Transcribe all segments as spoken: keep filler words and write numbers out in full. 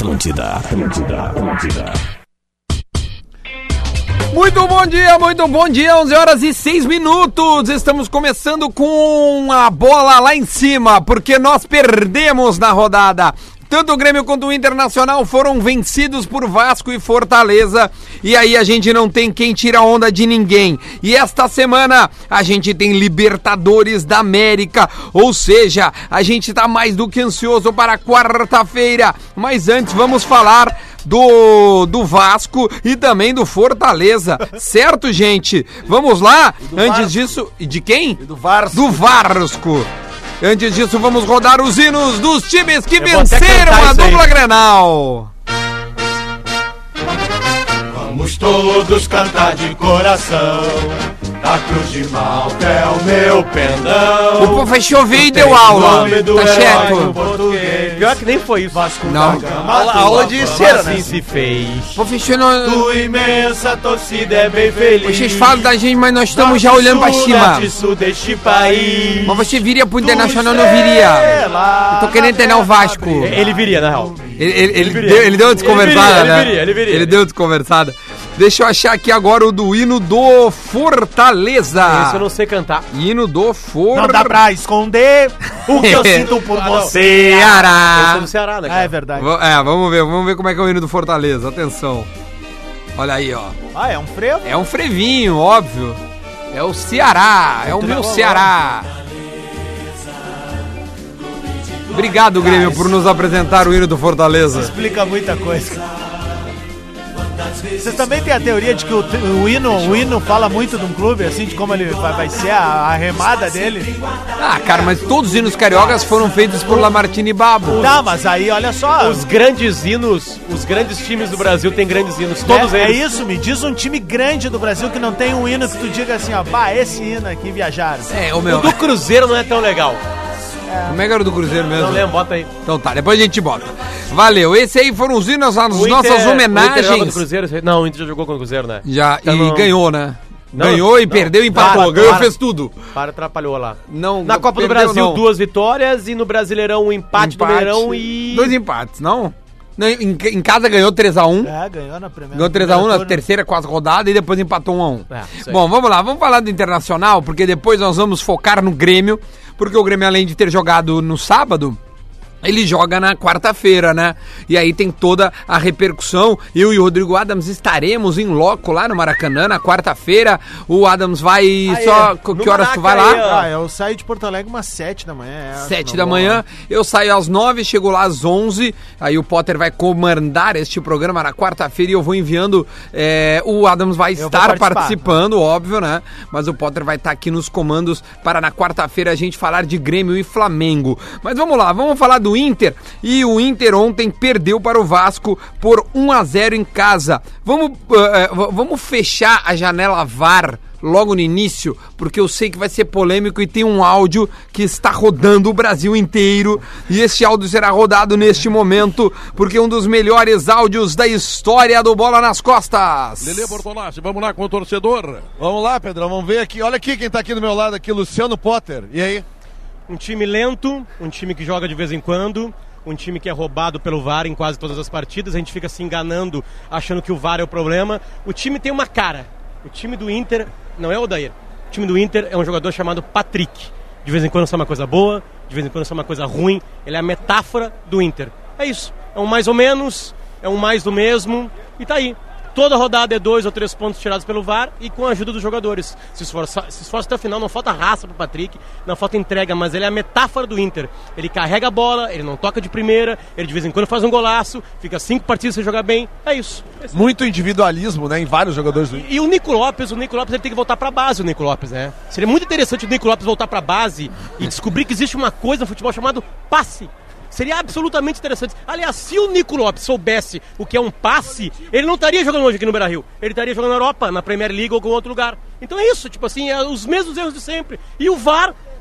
Atlântida, Atlântida, Atlântida. Muito bom dia, muito bom dia, onze horas e seis minutos. Estamos começando com a bola lá em cima, porque nós perdemos na rodada. Tanto o Grêmio quanto o Internacional foram vencidos por Vasco e Fortaleza. E aí a gente não tem quem tira onda de ninguém. E esta semana a gente tem Libertadores da América. Ou seja, a gente tá mais do que ansioso para quarta-feira. Mas antes vamos falar do, do Vasco e também do Fortaleza. Certo, gente? Vamos lá? Antes Vasco. disso... De quem? E do Vasco. Do Vasco. Antes disso, vamos rodar os hinos dos times que Eu venceram a dupla Grenal. Vamos todos cantar de coração, da Cruz de Malta é o meu pendão. O professor veio e deu aula, tá certo? Pior que nem foi isso. Vasco não. Aula, aula de cera, né? Assim se fez. Professor, não... Tua imensa torcida é bem feliz. Vocês falam da gente, mas nós estamos já olhando pra cima. Deste país. Mas você viria pro Internacional, não viria? Eu tô querendo treinar o Vasco. Ele viria, na real. Ele, ele, ele, ele, deu, ele deu uma desconversada, ele viria, né? Ele viria, ele viria. Ele deu uma desconversada. Deixa eu achar aqui agora o do hino do Fortaleza. Esse eu não sei cantar. Hino do Fortaleza. Não dá pra esconder o que eu sinto por Ah, você. Ceará. Esse é do Ceará, né, cara? Ah, é verdade. É, vamos ver, vamos ver como é que é o hino do Fortaleza. Atenção. Olha aí, ó. Ah, é um frevo? É um frevinho, óbvio. É o Ceará, é o meu Ceará. Obrigado, Grêmio, por nos apresentar o hino do Fortaleza. Explica muita coisa. Vocês também têm a teoria de que o, o, hino, o hino fala muito de um clube, assim, de como ele vai, vai ser a, a remada dele? Ah, cara, mas todos os hinos cariocas foram feitos por Lamartine Babo. Tá, mas aí, olha só. Os grandes hinos, os grandes times do Brasil têm grandes hinos, todos é, eles. É isso, me diz um time grande do Brasil que não tem um hino que tu diga assim, ó, bah, esse hino aqui viajaram. É, o meu. O do Cruzeiro não é tão legal. Como é que era o do Cruzeiro mesmo? Não lembro, bota aí. Então tá, depois a gente bota. Valeu, esse aí foram os hinos, as O nossas Inter, homenagens. O Inter joga do Cruzeiro? Não, o Inter já jogou com o Cruzeiro, né? Já, Então e não... ganhou, né? Não, ganhou e não. perdeu e empatou. Para, ganhou e para. fez tudo. Para, atrapalhou lá. Não, Na Copa do perdeu, Brasil, não. duas vitórias e no Brasileirão, um empate, Empate. do Mineirão e... Dois empates, não? Não, em, em casa ganhou três a um. É, ganhou na primeira. Ganhou três a um na turno. terceira, quarta rodada e depois empatou um a um. É, isso aí. Bom, vamos lá, vamos falar do Internacional, porque depois nós vamos focar no Grêmio, porque o Grêmio, além de ter jogado no sábado, ele joga na quarta-feira, né? E aí tem toda a repercussão. Eu e o Rodrigo Adams estaremos em loco lá no Maracanã na quarta-feira. O Adams vai Ah, só... é. Que No horas tu Maraca vai aí, lá? ó. Ah, eu saio de Porto Alegre umas sete da manhã. É, Sete não da vou- manhã, eu saio às nove, chego lá às onze, aí o Potter vai comandar este programa na quarta-feira e eu vou enviando, é, o Adams vai Eu vou estar participar. participando, óbvio, né? Mas o Potter vai estar aqui nos comandos para na quarta-feira a gente falar de Grêmio e Flamengo. Mas vamos lá, vamos falar do Inter. E o Inter ontem perdeu para o Vasco por um a zero em casa. Vamos, uh, vamos fechar a janela V A R logo no início, porque eu sei que vai ser polêmico e tem um áudio que está rodando o Brasil inteiro, e este áudio será rodado neste momento, porque é um dos melhores áudios da história do Bola nas Costas. Lelê Bortolassi, vamos lá com o torcedor. Vamos lá, Pedrão, vamos ver aqui. Olha aqui quem tá aqui do meu lado aqui, Luciano Potter. E aí? Um time lento, um time que joga de vez em quando, um time que é roubado pelo V A R em quase todas as partidas, a gente fica se enganando, achando que o V A R é o problema. O time tem uma cara. O time do Inter não é o Odair. O time do Inter é um jogador chamado Patrick. De vez em quando sai uma coisa boa, de vez em quando sai uma coisa ruim. Ele é a metáfora do Inter. É isso. É um mais ou menos, é um mais do mesmo, e tá aí. Toda rodada é dois ou três pontos tirados pelo V A R e com a ajuda dos jogadores. Se esforça, se esforça até o final, não falta raça pro Patrick, não falta entrega, mas ele é a metáfora do Inter. Ele carrega a bola, ele não toca de primeira, ele de vez em quando faz um golaço, fica cinco partidas sem jogar bem, é isso. Muito individualismo, né, em vários jogadores do E, e o Nico Lopes, o Nico Lopes ele tem que voltar pra base, o Nico Lopes, né? Seria muito interessante o Nico Lopes voltar pra base e descobrir que existe uma coisa no futebol chamado passe. Seria absolutamente interessante. Aliás, se o Nico Lopes soubesse o que é um passe, ele não estaria jogando hoje aqui no Beira-Rio. Ele estaria jogando na Europa, na Premier League ou em outro lugar. Então é isso, tipo assim, é os mesmos erros de sempre. E o V A R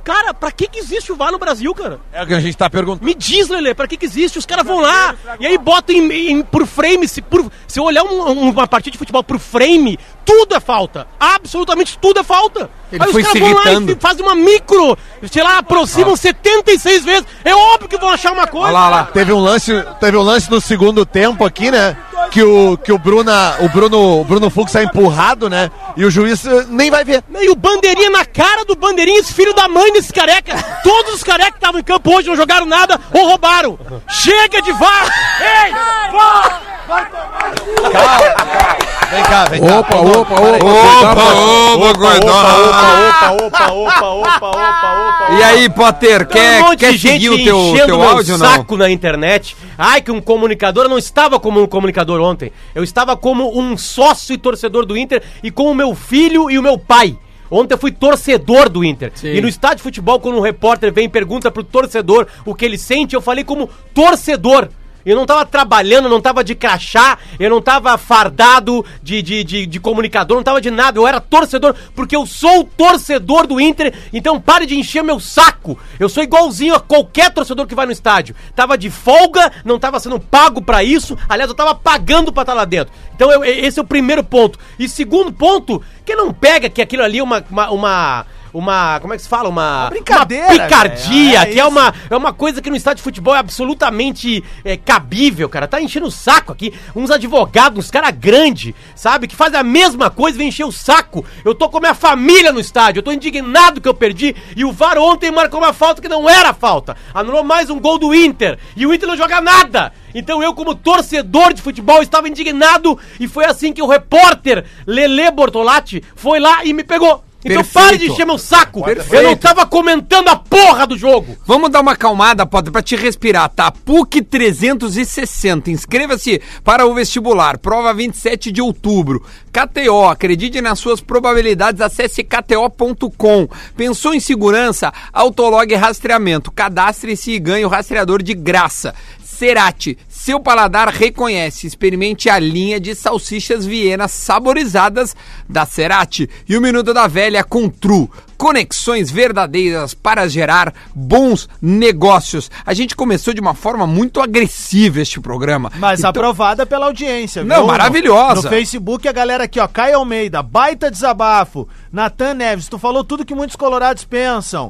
Cara, pra que que existe o V A R no Brasil, cara? É o que a gente tá perguntando. Me diz, Lelê, pra que que existe? Os caras vão lá e aí botam em, em, por frame. Se, por, se eu olhar um, uma partida de futebol por frame, tudo é falta. Absolutamente tudo é falta. Ele aí foi os caras se vão lá irritando. e fazem uma micro, sei lá, aproximam setenta e seis vezes. É óbvio que vão achar uma coisa. Olha lá, lá. Teve um lance, teve um lance no segundo tempo aqui, né? Que o, que o, Bruna, o, Bruno, o Bruno Fux é empurrado, né? E o juiz uh, nem vai ver. E o Bandeirinha na cara do Bandeirinha, esse filho da mãe desse careca. Todos os carecas que estavam em campo hoje não jogaram nada ou roubaram. Chega de V A R! Ei! V A R! Vai tomar no cu! Vem cá, vem cá. Opa, opa, opa, Opa, opa, cuidado. Opa, opa, opa, opa, opa, opa. E aí, Potter, quer, um monte quer de gente seguir o teu, enchendo teu meu áudio ou não? saco na internet. Ai, que um comunicador, eu não estava como um comunicador ontem. Eu estava como um sócio e torcedor do Inter e com o meu filho e o meu pai. Ontem eu fui torcedor do Inter. Sim. E no estádio de futebol, quando um repórter vem e pergunta pro torcedor o que ele sente, eu falei como torcedor. Eu não tava trabalhando, não tava de crachá, eu não tava fardado de, de, de, de comunicador, não tava de nada, eu era torcedor, porque eu sou torcedor do Inter, então pare de encher meu saco. Eu sou igualzinho a qualquer torcedor que vai no estádio. Tava de folga, não tava sendo pago pra isso, aliás, eu tava pagando pra estar lá dentro. Então eu, esse é o primeiro ponto. E segundo ponto, que não pega que aquilo ali é uma... uma, uma Uma, como é que se fala? Uma, uma brincadeira, uma picardia, véio, é que é uma, é uma coisa que no estádio de futebol é absolutamente é, cabível, cara. Tá enchendo o saco aqui. Uns advogados, uns caras grandes, sabe? Que fazem a mesma coisa e vem encher o saco. Eu tô com a minha família no estádio, eu tô indignado que eu perdi. E o V A R ontem marcou uma falta que não era falta. Anulou mais um gol do Inter. E o Inter não joga nada. Então eu, como torcedor de futebol, estava indignado. E foi assim que o repórter Lelê Bortolatti foi lá e me pegou. Então Perfeito. pare de encher meu saco. Perfeito. Eu não tava comentando a porra do jogo. Vamos dar uma acalmada, Potter, pra te respirar, tá? P U C trezentos e sessenta. Inscreva-se para o vestibular. Prova vinte e sete de outubro. K T O. Acredite nas suas probabilidades. Acesse k t o ponto com. Pensou em segurança? Autolog Rastreamento. Cadastre-se e ganhe o rastreador de graça. Cerati, seu paladar reconhece. Experimente a linha de salsichas vienas saborizadas da Cerati. E o Minuto da Velha com Tru. Conexões verdadeiras para gerar bons negócios. A gente começou de uma forma muito agressiva este programa. Mas Então- aprovada pela audiência, Não, viu? maravilhosa. No, no Facebook, a galera aqui, ó, Caio Almeida, baita desabafo. Natan Neves, tu falou tudo que muitos colorados pensam.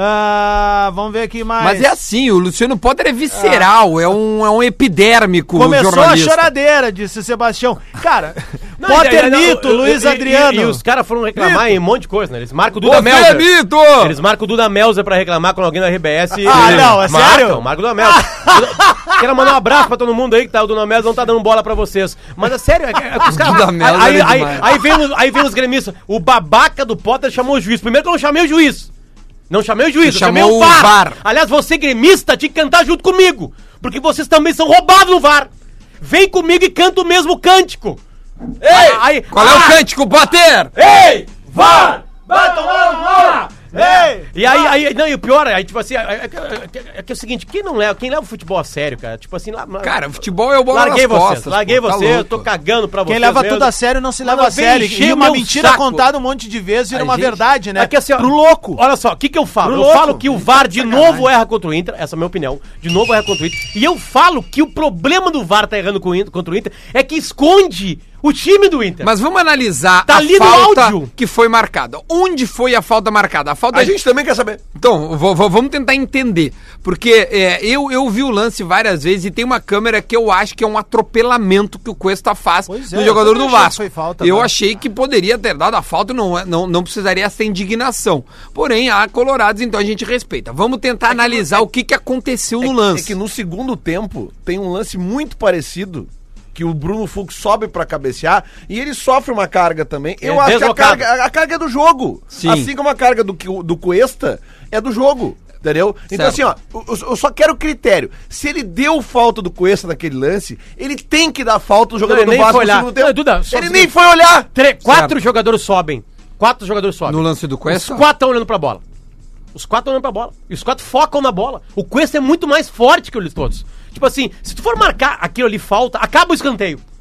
Ah, vamos ver aqui mais. Mas é assim, o Luciano Potter é visceral, é, um, é um epidérmico Começou a jornalista. choradeira, disse Sebastião. Cara, Não, Potter e- e- Mito, e- Luiz e- Adriano. E, e os caras foram reclamar em um monte de coisa, né? Eles marcam o Duda Você é Melzer. mito! Eles marcam o Duda Melzer pra reclamar quando alguém da R B S... Ah, eles não, é marcam, sério? Marcam o Duda Melzer. Quero mandar um abraço pra todo mundo aí que tá, o Duda Melzer não tá dando bola pra vocês. Mas é sério, é, que- é que os caras... Duda Melzer aí, é aí, demais. aí, vem, os- aí vem os gremistas. O babaca do Potter chamou o juiz. Primeiro que eu não chamei o juiz. Não chamei o juiz, Você eu chamei chamou o V A R. o V A R. Aliás, você gremista tinha que cantar junto comigo. Porque vocês também são roubados no V A R. Vem comigo e canta o mesmo cântico. Ei! Aí, Qual é o cântico, Potter? Ei! V A R! Vai tomar no ar! Ei! E aí, aí, não, e o pior, aí, tipo assim, é, é, é, é que é o seguinte, quem não leva, quem leva o futebol a sério, cara, tipo assim, lá, Cara, futebol é o bola larguei nas vocês, costas. larguei pô, tá você, eu louco. tô cagando pra vocês Quem leva mesmo. tudo a sério não se Mas leva não a vem sério. encher E o uma meu mentira saco. contada um monte de vezes vira Ai, uma gente, verdade, né? É que assim, ó, Pro louco. Olha só, o que que eu falo? Pro Eu louco. falo que o V A R de novo erra contra o Inter, essa é a minha opinião, de novo erra contra o Inter, e eu falo que o problema do V A R tá errando com o Inter- contra o Inter é que esconde o time do Inter. Mas vamos analisar Tá a ali no falta áudio. que foi marcada. Onde foi a falta marcada? A falta A gente também quer saber. Então, vou- vou- vamos tentar entender. Porque é, eu, eu vi o lance várias vezes e tem uma câmera que eu acho que é um atropelamento que o Cuesta faz Pois é, no eu jogador também do achei que Vasco. foi falta, eu cara. achei que poderia ter dado a falta e não, é- não, não precisaria essa indignação. Porém, há colorados, então a gente respeita. Vamos tentar analisar o que, que aconteceu no É lance. que no segundo tempo tem um lance muito parecido que o Bruno Fux sobe pra cabecear e ele sofre uma carga também. Eu É acho deslocado. que a carga, a carga é do jogo. Sim. Assim como a carga do, que- do Cuesta é do jogo. Entendeu? Então, Certo. assim, ó, eu, eu só quero critério. Se ele deu falta do Cuesta naquele lance, ele tem que dar falta do jogador Não, ele do nem Vasco foi no olhar. segundo tempo. Não, Duda, só ele um nem segundo. foi olhar. Tre- quatro jogadores sobem. Quatro jogadores sobem. No lance do Os Cuesta? quatro estão olhando pra bola. Os quatro estão olhando pra bola. E os quatro focam na bola. O Cuesta é muito mais forte que eles todos. Tipo assim, se tu for marcar aquilo ali falta, acaba o escanteio.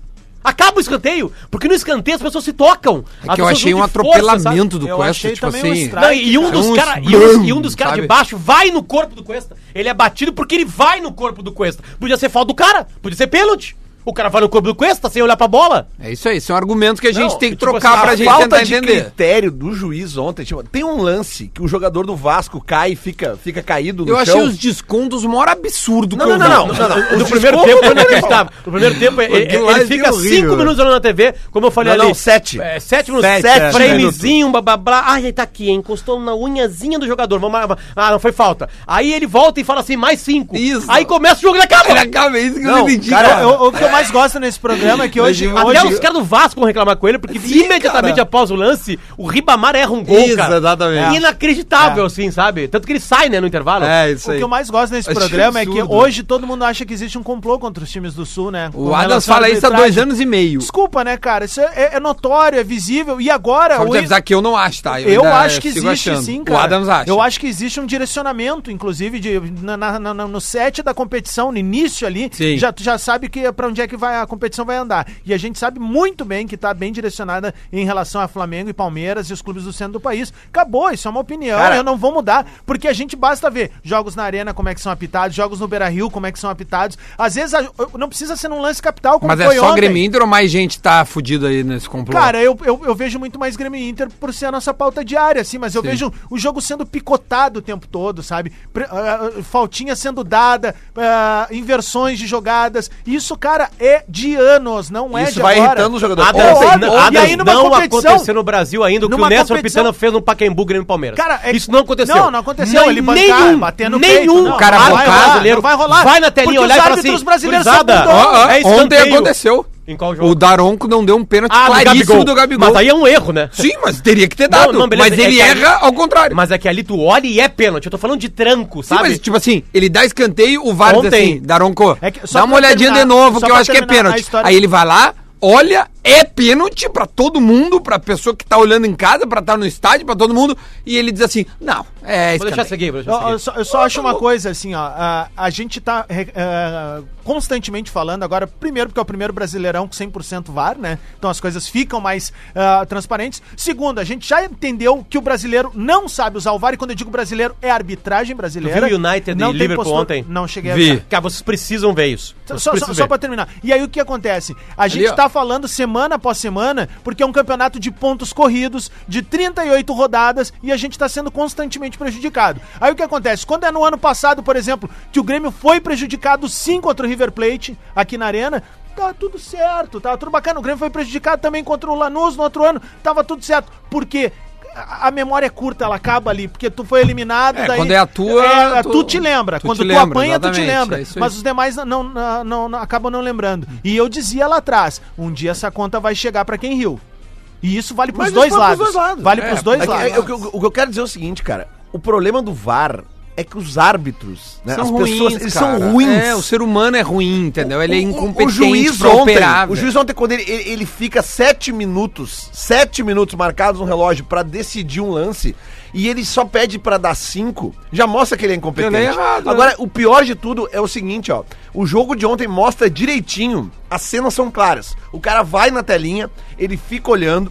Acaba o escanteio, porque no escanteio as pessoas se tocam. É que eu achei um atropelamento do Cuesta, tipo assim. Não, e um dos caras e um dos caras de baixo vai no corpo do Cuesta. Ele é batido porque ele vai no corpo do Cuesta. Podia ser falta do cara, podia ser pênalti. O cara vai no corpo do Cuesta sem olhar pra bola. É isso aí, são argumentos que a gente Não, tem que tipo trocar assim, pra a gente falta tentar de entender. critério do juiz ontem, tipo, tem um lance que o jogador do Vasco cai e fica, fica caído no Eu chão. achei os descontos o maior absurdo Não, que eu não, vi. não, não, não, não. No Os primeiro descontos tempo não é inacreditável. No primeiro tempo ele, ele, lá ele é fica horrível. cinco minutos olhando na T V, como eu falei Não, ali. não, sete. É, sete minutos. Sete, Sete, é. framezinho, blá, blá. Ai, ele tá aqui, hein? Encostou na unhazinha do jogador. Vamos lá. Ah, não foi falta. Aí ele volta e fala assim, mais cinco. Isso. Aí começa o jogo e ele acaba. Ele acaba, é isso que eu Não, não entendi, Cara, cara. eu- o que eu mais gosto nesse programa é que hoje... Até hoje os caras do Vasco vão reclamar com ele, porque Sim, imediatamente cara. após o lance, o Ribamar erra um gol, Isso, cara. exatamente. Inacreditável, assim, sabe? Tanto que ele sai, né, no intervalo. É, isso O aí. que eu mais gosto nesse Achei programa é que absurdo. hoje todo mundo acha que existe um complô contra os times do Sul, né? O Com Adams relação à fala isso há arbitragem. dois anos e meio. Desculpa, né, cara? Isso é, é notório, é visível. E agora... Só o pra avisar que eu não acho, tá? Eu ainda acho que sigo existe achando. sim, cara. O Adams acha. Eu acho que existe um direcionamento, inclusive, de, na, na- na- no set da competição, no início ali, Sim. já, tu já sabe que pra onde é que vai, a competição vai andar. E a gente sabe muito bem que tá bem direcionada em relação a Flamengo e Palmeiras e os clubes do centro do país. Acabou, isso é uma opinião, Cara, eu não vou mudar, porque a gente basta ver jogos na Arena como é que são apitados, jogos no Beira-Rio como é que são apitados. Às vezes a- não precisa ser num lance capital como Mas foi é só ontem. Grêmio Inter ou mais gente tá fudido aí nesse complô? Cara, eu, eu, eu vejo muito mais Grêmio e Inter por ser a nossa pauta diária, assim, mas eu Sim. vejo o jogo sendo picotado o tempo todo, sabe? Pre- ah, ah, faltinha sendo dada, ah, inversões de jogadas. Isso, cara, é de anos, não é Isso de vai agora. irritando os jogadores. Adams, É óbvio. não, E Adams, aí numa não competição- aconteceu no Brasil ainda o que o numa Nelson competição- Pitana fez no Pacaembu, Grêmio e Palmeiras. Cara, é- Isso não aconteceu. Não, não aconteceu, Nem- ele bancar, nenhum, bater no nenhum peito, não, cara não vai bocado, rolar, brasileiro não vai rolar. vai na telinha Porque olhar os e falar árbitros assim, brasileiros gurizada, são bundões. ó, ó, é Ontem escanteio. aconteceu. Em qual jogo? O Daronco não deu um pênalti Ah, do claríssimo Gabigol. do Gabigol. Mas aí é um erro, né? Sim, mas teria que ter dado. Não, não, beleza, mas é ele que ali- erra ao contrário. Mas é que ali tu olha e é pênalti. Eu tô falando de tranco, Sim, sabe? mas tipo assim, ele dá escanteio, o V A R diz Ontem. assim, Daronco, É que- só dá uma pra olhadinha terminar- de novo só que eu pra acho que é terminar a pênalti. história- Aí ele vai lá, olha, é pênalti pra todo mundo, pra pessoa que tá olhando em casa, pra estar no estádio, pra todo mundo, e ele diz assim, não, é Vou deixar escanteio. seguir, vou deixar Eu, eu seguir. só, eu só acho uma coisa assim, ó. A, a gente tá re- eh, constantemente falando agora, primeiro, porque é o primeiro brasileirão com cem por cento V A R, né? Então as coisas ficam mais ah, transparentes. Segundo, a gente já entendeu que o brasileiro não sabe usar o V A R, e quando eu digo brasileiro, é a arbitragem brasileira. Tu viu o United não e tem Liverpool postura- ontem? Não cheguei Vi. a ver. Cara, vocês precisam ver isso. Só, Vocês só, precisam só ver. pra terminar. E aí o que acontece? A gente ó. tá falando semana após semana, porque é um campeonato de pontos corridos, de trinta e oito rodadas, e a gente tá sendo constantemente prejudicado. Aí o que acontece? Quando é no ano passado, por exemplo, que o Grêmio foi prejudicado sim contra o River Plate, aqui na Arena, tá tudo certo, tá tudo bacana. O Grêmio foi prejudicado também contra o Lanús no outro ano, tava tudo certo. Por quê? A a memória é curta, ela acaba ali, porque tu foi eliminado, É, daí... quando é a tua, é, tu- tu, te lembra. tu Quando te tu, lembra, apanha, tu te exatamente, lembra. é isso aí. Mas os demais não, não, não, não- acabam não lembrando. E eu dizia lá atrás, um dia essa conta vai chegar pra quem riu. E isso vale pros Mas dois isso vale lados. pros dois lados. Vale É, pros dois É que- lados. é- é o, que eu, o que eu quero dizer é o seguinte, cara. O problema do V A R é que os árbitros, né, São as ruins, pessoas, eles cara. são ruins. É, o ser humano é ruim, entendeu? Ele é O- o- incompetente o juiz pra ontem, operar, O velho. juiz ontem, quando ele, ele, ele fica sete minutos, sete minutos marcados no relógio pra decidir um lance, e ele só pede pra dar cinco, já mostra que ele é incompetente. Ele é errado, Agora, né? o pior de tudo é o seguinte, ó. O jogo de ontem mostra direitinho, as cenas são claras. O cara vai na telinha, ele fica olhando,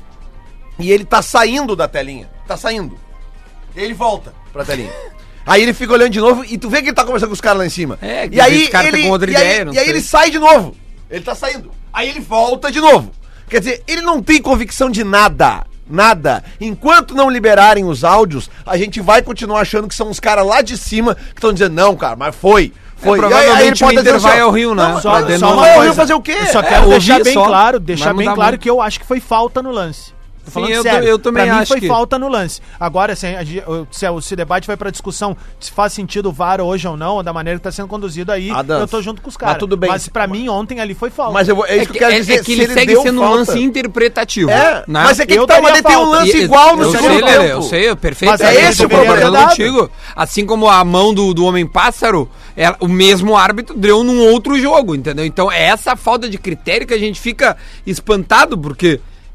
e ele tá saindo da telinha. Tá saindo. Ele volta pra telinha. Aí ele fica olhando de novo e tu vê que ele tá conversando com os caras lá em cima. É, que e aí esse cara tá ele, com outra e aí- ideia, não e aí sei. ele sai de novo. Ele tá saindo. Aí ele volta de novo. Quer dizer, ele não tem convicção de nada. Nada. Enquanto não liberarem os áudios, a gente vai continuar achando que são os caras lá de cima que estão dizendo, não, cara, mas foi. Foi. É, provavelmente o Inter dizer vai ó, ao Rio, né? Não, Pra só, dentro só de uma vai ao coisa. Rio fazer o quê? Eu só É, quero deixar ouvir bem só. claro, deixar Vai bem mudar claro muito. que eu acho que foi falta no lance. Tô Sim, falando eu, sério. eu também pra mim acho foi que... falta no lance. Agora, se, a gente- se, o- se o debate vai pra discussão se faz sentido o V A R hoje ou não, ou da maneira que tá sendo conduzido aí, Adams, eu tô junto com os caras. mas tudo bem. Mas pra mim, ontem ali foi falta. Mas eu vou, é isso É que, que, eu quero é- dizer. é que se ele segue deu sendo um falta- lance interpretativo. É, né? mas é que, Eu que tá, mas daria ele tem um falta. lance E- igual no eu segundo sei, tempo. Lelê, eu sei, eu perfeitamente. Mas é esse eu o problema. concordando Dado. contigo. Assim como a mão do, do Homem-Pássaro, é, o mesmo árbitro deu num outro jogo, entendeu? Então é essa falta de critério que a gente fica espantado, porque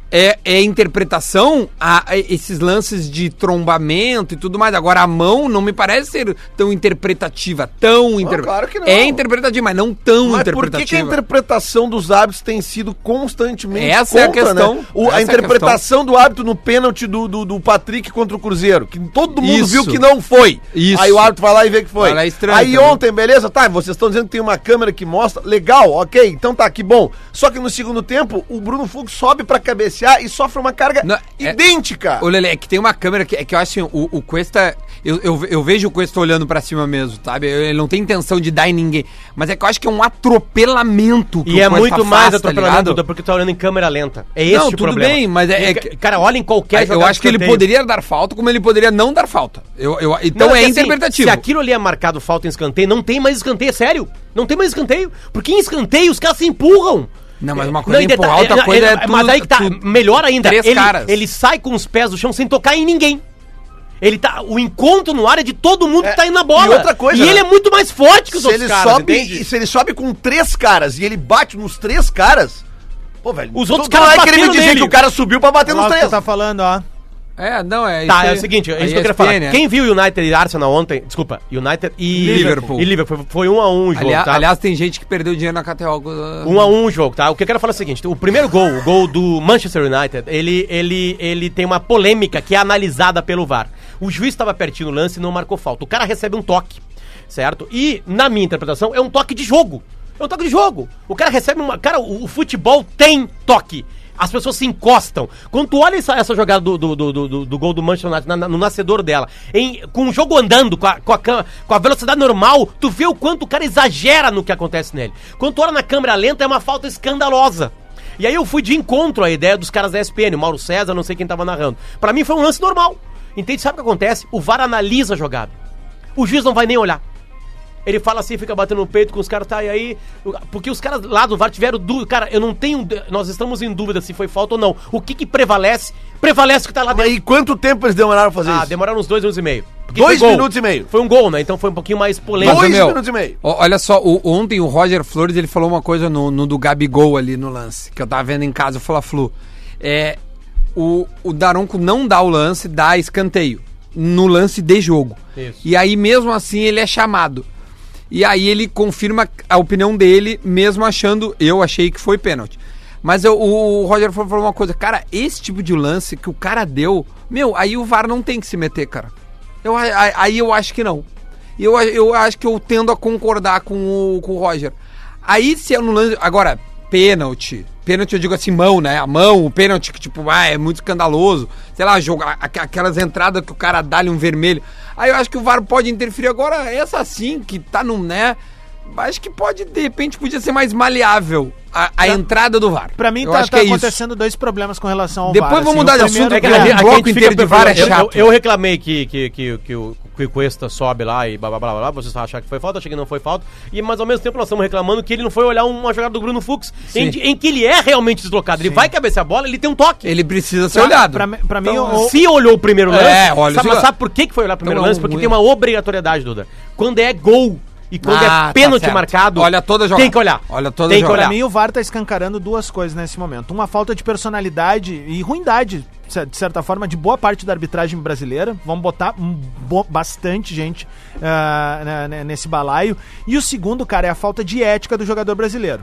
é, é interpretação a, a esses lances de trombamento e tudo mais. Agora, a mão não me parece ser tão interpretativa, tão interpretativa. claro que não. É interpretativa, mas não tão Mas interpretativa. por que, que a interpretação dos árbitros tem sido constantemente Essa é a questão. né? O- Essa é a a interpretação do árbitro no pênalti do, do, do Patrick contra o Cruzeiro, que todo mundo Isso. viu que não foi. Isso. Aí o árbitro vai lá e vê que foi. Vai lá e estranha Aí também. ontem, beleza? Tá, vocês estão dizendo que tem uma câmera que mostra. Legal, ok, então tá, que bom. Só que no segundo tempo, o Bruno Fux sobe pra cabecear e sofre uma carga Não, é- idêntica. Ô, Lelê, é que tem uma câmera que, é que eu acho assim, o, o Cuesta. Eu, eu, eu vejo o Cuesta olhando pra cima mesmo, sabe? Ele não tem intenção de dar em ninguém. Mas é que eu acho que é um atropelamento que E o é Cuesta muito faz, mais tá atropelamento, ligado? Duda, porque tu tá olhando em câmera lenta. É esse Não, o tudo problema. bem, mas é- é E, que- Cara, olha em qualquer eu jogada acho que de ele escanteio. poderia dar falta, como ele poderia não dar falta. Eu, eu, então Não, é que assim, interpretativo. Se aquilo ali é marcado falta em escanteio, não tem mais escanteio, é sério. Não tem mais escanteio. Porque em escanteio os caras se empurram. Não, mas uma coisa é e deta- empurrar, outra é, coisa é, é tu- Mas aí que tá, tu- melhor ainda, três ele, caras. ele sai com os pés do chão sem tocar em ninguém. Ele tá, o encontro no ar é de todo mundo É, que tá indo na bola. e outra coisa, E né? ele é muito mais forte que os Se outros ele, caras, sobe, entende? e se ele sobe com três caras e ele bate nos três caras. Pô, velho. Os outros tu não caras vai querer me bateram dizer nele. que o cara subiu pra bater Olha lá nos o que três. tu tá falando, ó. É, não, é Tá, isso é aí. o seguinte, é A isso que eu queria falar. E S P N, né? Quem viu United e Arsenal ontem, desculpa, United e Liverpool. E Liverpool, foi, foi um a um o jogo, Aliás, tá? aliás, tem gente que perdeu dinheiro na K T O. Um a um o jogo, tá? O que eu quero falar é o seguinte, o primeiro gol, o gol do Manchester United, ele, ele, ele tem uma polêmica que é analisada pelo V A R. O juiz estava pertinho no lance e não marcou falta. O cara recebe um toque, certo? E, na minha interpretação, é um toque de jogo. É um toque de jogo. O cara recebe uma... Cara, o, o futebol tem toque. As pessoas se encostam. Quando tu olha essa, essa jogada do, do, do, do, do gol do Manchester United na, na, no nascedor dela, em, com o jogo andando, com a, com, a, cam- com a velocidade normal, tu vê o quanto o cara exagera no que acontece nele. Quando tu olha na câmera lenta, é uma falta escandalosa. E aí eu fui de encontro à ideia dos caras da E S P N, o Mauro César, não sei quem tava narrando. Pra mim foi um lance normal. Entende? Sabe o que acontece? O V A R analisa a jogada. O juiz não vai nem olhar. Ele fala assim, fica batendo no peito com os caras, tá, e aí... Porque os caras lá do V A R tiveram dúvida. Cara, eu não tenho... Nós estamos em dúvida se foi falta ou não. O que que prevalece? Prevalece o que tá lá Mas dentro. e quanto tempo eles demoraram pra fazer Ah, isso? demoraram uns dois minutos e meio. Porque Dois foi gol. minutos e meio. Foi um gol, né? Então foi um pouquinho mais polêmico. Dois meu, minutos e meio. ó, olha só, o- ontem o Roger Flores, ele falou uma coisa no, no do Gabigol ali no lance, que eu tava vendo em casa, o Fla-Flu. É, o, o Daronco não dá o lance, dá escanteio. No lance de jogo. Isso. E aí, mesmo assim, ele é chamado. E aí ele confirma a opinião dele, mesmo achando, eu achei que foi pênalti. Mas eu- o Roger Flores falou uma coisa, cara, esse tipo de lance que o cara deu, meu, aí o V A R não tem que se meter, cara. Eu, a- a- aí eu acho que não. E eu, eu acho que eu tendo a concordar com o, com o Roger. Aí se é no lance. Agora, pênalti. Pênalti eu digo assim, mão, né? A mão, o pênalti que, tipo, ah, é muito escandaloso. Sei lá, jogar aqu- aquelas entradas que o cara dá ali um vermelho. Aí eu acho que o V A R pode interferir. Agora, essa sim, que tá no, né? Acho que pode, de repente, podia ser mais maleável a, a entrada do V A R. Pra mim Eu tá, acho tá que é isso. acontecendo dois problemas com relação ao Depois V A R. vamos assim. mudar O de primeiro assunto, é que porque a- o a bloco gente inteiro fica de V A R é eu- chato. Eu, eu reclamei que, que, que, que, o, que o Cuesta sobe lá e blá blá blá blá, vocês acharam que foi falta, achei que não foi falta. E, mas ao mesmo tempo nós estamos reclamando que ele não foi olhar uma jogada do Bruno Fux, em, em que ele é realmente deslocado. Ele vai cabecear a bola, ele tem um toque. Ele precisa ser Pra- olhado. Pra, pra mim, Então, o- Se olhou o primeiro lance, É, olha, sabe, se- mas sabe por que que foi olhar o primeiro Então, lance? Porque um- tem uma obrigatoriedade, Duda. Quando é gol e quando Ah, é tá pênalti certo. marcado, Olha toda a jogada. tem que olhar. Olha toda a tem que jogada. olhar. Pra mim, o V A R tá escancarando duas coisas nesse momento. Uma falta de personalidade e ruindade, de certa forma, de boa parte da arbitragem brasileira. Vamos botar um bo- bastante gente ah, na- na- nesse balaio. E o segundo, cara, é a falta de ética do jogador brasileiro.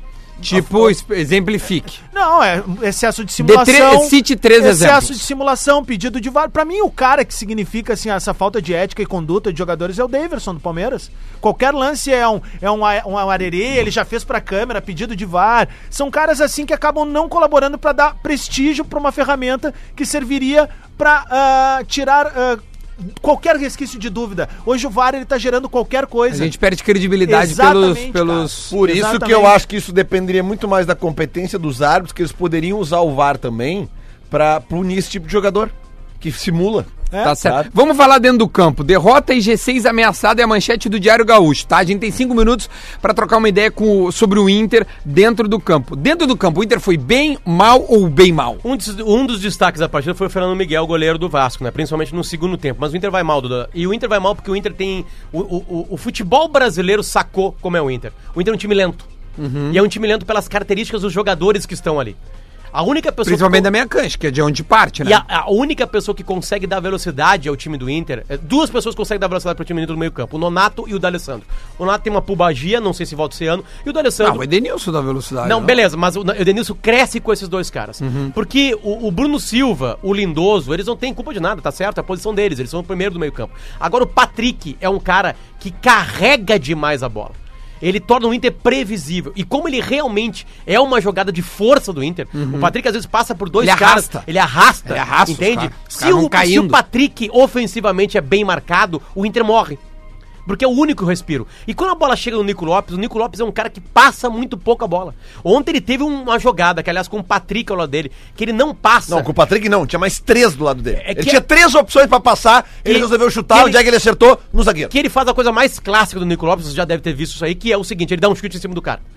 Tipo, esp- exemplifique. Não, é excesso de simulação. tre- cite três excesso exemplos. de simulação, pedido de V A R. Pra mim, o cara que significa assim, essa falta de ética e conduta de jogadores é o Daverson do Palmeiras. Qualquer lance é um, é um, a- um arerê, ele já fez pra câmera, pedido de V A R. São caras assim que acabam não colaborando pra dar prestígio pra uma ferramenta que serviria pra ah, tirar ah, qualquer resquício de dúvida. Hoje o V A R ele tá gerando qualquer A coisa. gente perde credibilidade pelos, Exatamente, pelos... Por isso Exatamente. que eu acho que isso dependeria muito mais da competência dos árbitros, que eles poderiam usar o V A R também pra punir esse tipo de jogador que simula. É, Tá certo. sabe? Vamos falar dentro do campo. Derrota e G seis ameaçada é a manchete do Diário Gaúcho, tá? A gente tem cinco minutos pra trocar uma ideia com, o- sobre o Inter dentro do campo. Dentro do campo, o Inter foi bem, mal ou bem mal? Um dos, um dos destaques da partida foi o Fernando Miguel, goleiro do Vasco, né? Principalmente no segundo tempo. Mas o Inter vai mal, Duda. E o Inter vai mal porque o Inter tem... O, o, o- o futebol brasileiro sacou como é o Inter. O Inter é um time lento. E é um time lento pelas características dos jogadores que estão ali. A única pessoa Principalmente que... da meia cancha, que é de onde parte, né? E a, a única pessoa que consegue dar velocidade ao time do Inter, é, duas pessoas conseguem dar velocidade pro time do Inter no meio campo, o Nonato e o D'Alessandro. O Nonato tem uma pubalgia, não sei se volta esse ano, e o D'Alessandro... Não, o Edenilson dá velocidade. Não, beleza, mas o Edenilson cresce com esses dois caras. Uhum. Porque o, o Bruno Silva, o Lindoso, eles não têm culpa de nada, tá certo? É a posição deles, eles são o primeiro do meio campo. Agora o Patrick é um cara que carrega demais a bola. Ele torna o Inter previsível. E como ele realmente é uma jogada de força do Inter, Uhum. o Patrick às vezes passa por dois Ele caras. arrasta. Ele arrasta. Ele arrasta os entende? caras. Os Se, caras vão o, se caindo. o Patrick ofensivamente é bem marcado, o Inter morre. Porque é o único respiro. E quando a bola chega no Nico Lopes, o Nico Lopes é um cara que passa muito pouco a bola. Ontem ele teve uma jogada, que aliás com o Patrick ao lado dele, que ele não passa. Não, com o Patrick não, tinha mais três do lado dele. É que ele tinha é- três opções pra passar, ele que- resolveu chutar, que onde ele- é que ele acertou? No zagueiro. Que ele faz a coisa mais clássica do Nico Lopes, você já deve ter visto isso aí, que é o seguinte, ele dá um chute em cima do cara.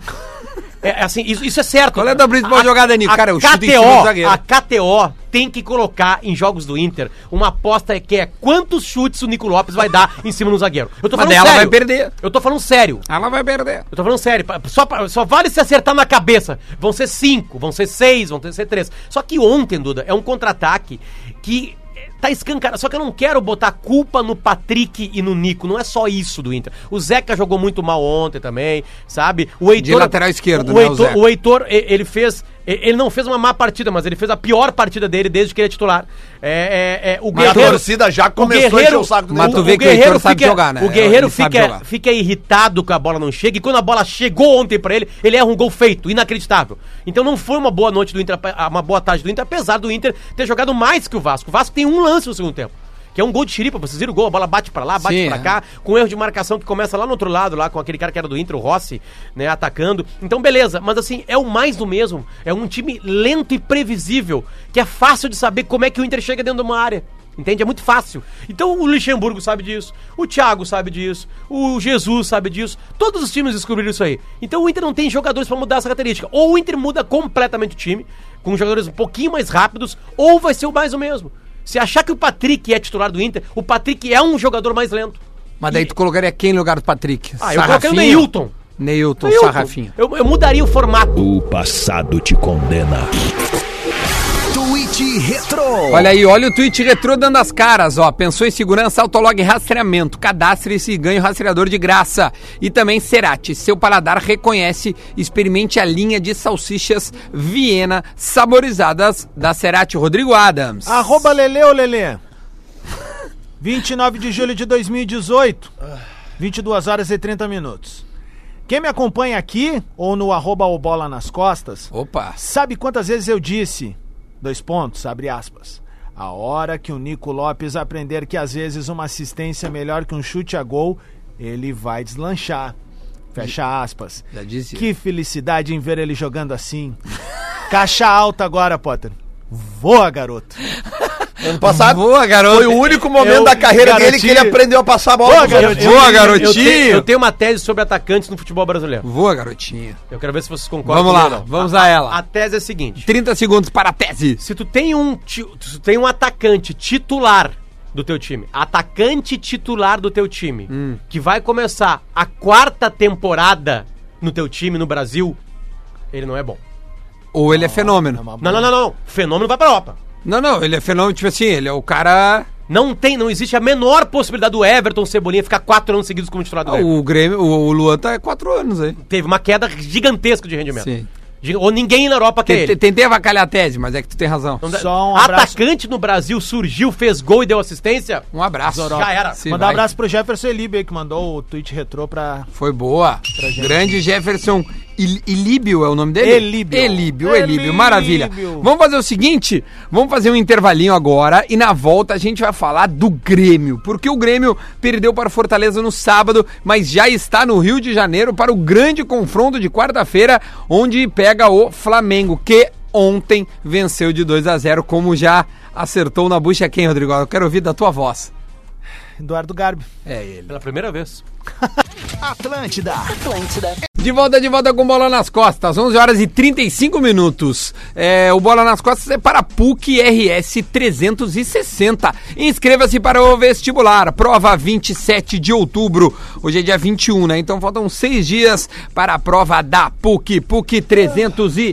É é assim, isso, isso é certo. Qual é a da principal A- jogada, Nico? a Cara, é o chute em K T O, cima do zagueiro. A K T O tem que colocar em jogos do Inter uma aposta que é quantos chutes o Nico Lopes vai dar em cima do zagueiro. Eu tô Mas falando dela sério. vai perder. Eu tô falando sério. Ela vai perder. Eu tô falando sério, pa- só, pra- só vale se acertar na cabeça. Vão ser cinco, vão ser seis, vão ter- ser três. Só que ontem, Duda, é um contra-ataque que eh, tá escancarado. Só que eu não quero botar culpa no Patrick e no Nico. Não é só isso do Inter. O Zeca jogou muito mal ontem também, sabe? O Heitor, De lateral esquerdo, o né, o Heitor, Zeca. o Heitor, e- ele fez... e- Ele não fez uma má partida, mas ele fez a pior partida dele desde que ele é titular. É, é, é, o Mas a Guerreiro... torcida já o começou a encher Guerreiro, o saco do Mas tu Nico. vê que o Heitor sabe jogar, né? O Guerreiro Ele sabe fica, jogar. fica irritado que a bola não chega, e quando a bola chegou ontem pra ele, ele erra um gol feito, inacreditável. Então não foi uma boa noite do Inter, uma boa tarde do Inter, apesar do Inter ter jogado mais que o Vasco. O Vasco tem um lance no segundo tempo, que é um gol de xiripa, vocês viram o gol, a bola bate pra lá, bate Sim, pra é. cá, com erro de marcação que começa lá no outro lado, lá com aquele cara que era do Inter, o Rossi, né, atacando. Então beleza, mas assim, é o mais do mesmo, é um time lento e previsível, que é fácil de saber como é que o Inter chega dentro de uma área. Entende? É muito fácil. Então o Luxemburgo sabe disso, o Thiago sabe disso, o Jesus sabe disso, todos os times descobriram isso aí. Então o Inter não tem jogadores pra mudar essa característica. Ou o Inter muda completamente o time, com jogadores um pouquinho mais rápidos, ou vai ser o mais o mesmo. Se achar que o Patrick é titular do Inter, o Patrick é um jogador mais lento. Mas daí tu colocaria quem no lugar do Patrick? Ah, eu coloquei o Neilton. Neilton, Neilton. Sarrafinha. Eu, eu mudaria o formato. O passado te condena. Tweet Retro. Olha aí, olha o tweet retrô dando as caras, ó. Pensou em segurança, Autolog rastreamento. Cadastre-se e ganhe o rastreador de graça. E também Cerati, seu paladar reconhece, experimente a linha de salsichas Viena saborizadas da Cerati. Rodrigo Adams. Arroba Lele ou Lelê. vinte e nove de julho de dois mil e dezoito, vinte e duas horas e trinta minutos. Quem me acompanha aqui, ou no arroba o bola nas costas, Opa. sabe quantas vezes eu disse, dois pontos, abre aspas, a hora que o Nico Lopes aprender que às vezes uma assistência é melhor que um chute a gol, ele vai deslanchar. Fecha aspas. Já disse. Que felicidade em ver ele jogando assim. Caixa alta agora, Potter. Voa, garoto. Ano passado Boa, garoto. foi o único momento Eu- da carreira dele que garotinho. ele aprendeu a passar a bola. Boa, pros outros. garotinho. Boa, Eu garotinho. tenho, eu tenho uma tese sobre atacantes no futebol brasileiro. Voa, garotinha. Eu quero ver se vocês concordam Vamos lá, comigo ou não. vamos a ela. A tese é a seguinte. trinta segundos para a tese. Se tu tem um, ti- se tu tem um atacante titular do teu time, atacante titular do teu time, Hum. que vai começar a quarta temporada no teu time no Brasil, ele não é bom. Ou ele é fenômeno. Não, não, não, não. Fenômeno vai pra Europa. Não, não, ele é fenômeno, tipo assim, ele é o cara... Não tem, não existe a menor possibilidade do Everton Cebolinha ficar quatro anos seguidos como titular do Ah, Grêmio. o Grêmio, o, o Luan tá há quatro anos aí. Teve uma queda gigantesca de rendimento. Sim. Giga- Ou ninguém na Europa quer Tentei, ele. tentei avacalhar a tese, mas é que tu tem razão. Não dá- Só um abraço. Atacante no Brasil surgiu, fez gol e deu assistência. Um abraço. Já era. Se Mandar um vai. abraço pro Jefferson Elibe aí, que mandou o tweet retrô pra... Foi boa. Grande Jefferson Il- Ilíbio é o nome dele? Elíbio. Elíbio, Elíbio. Elíbio. Maravilha. Vamos fazer o seguinte, vamos fazer um intervalinho agora e na volta a gente vai falar do Grêmio, porque o Grêmio perdeu para o Fortaleza no sábado, mas já está no Rio de Janeiro para o grande confronto de quarta-feira, onde pega o Flamengo, que ontem venceu de dois a zero, como já acertou na bucha quem, Rodrigo? Eu quero ouvir da tua voz. Eduardo Garbi. É ele. Pela primeira vez. Atlântida. De volta, de volta com Bola nas Costas, onze horas e trinta e cinco minutos. É, o Bola nas Costas é para P U C R S trezentos e sessenta. Inscreva-se para o vestibular, prova vinte e sete de outubro. Hoje é dia vinte e um, né? Então faltam seis dias para a prova da P U C, P U C trezentos e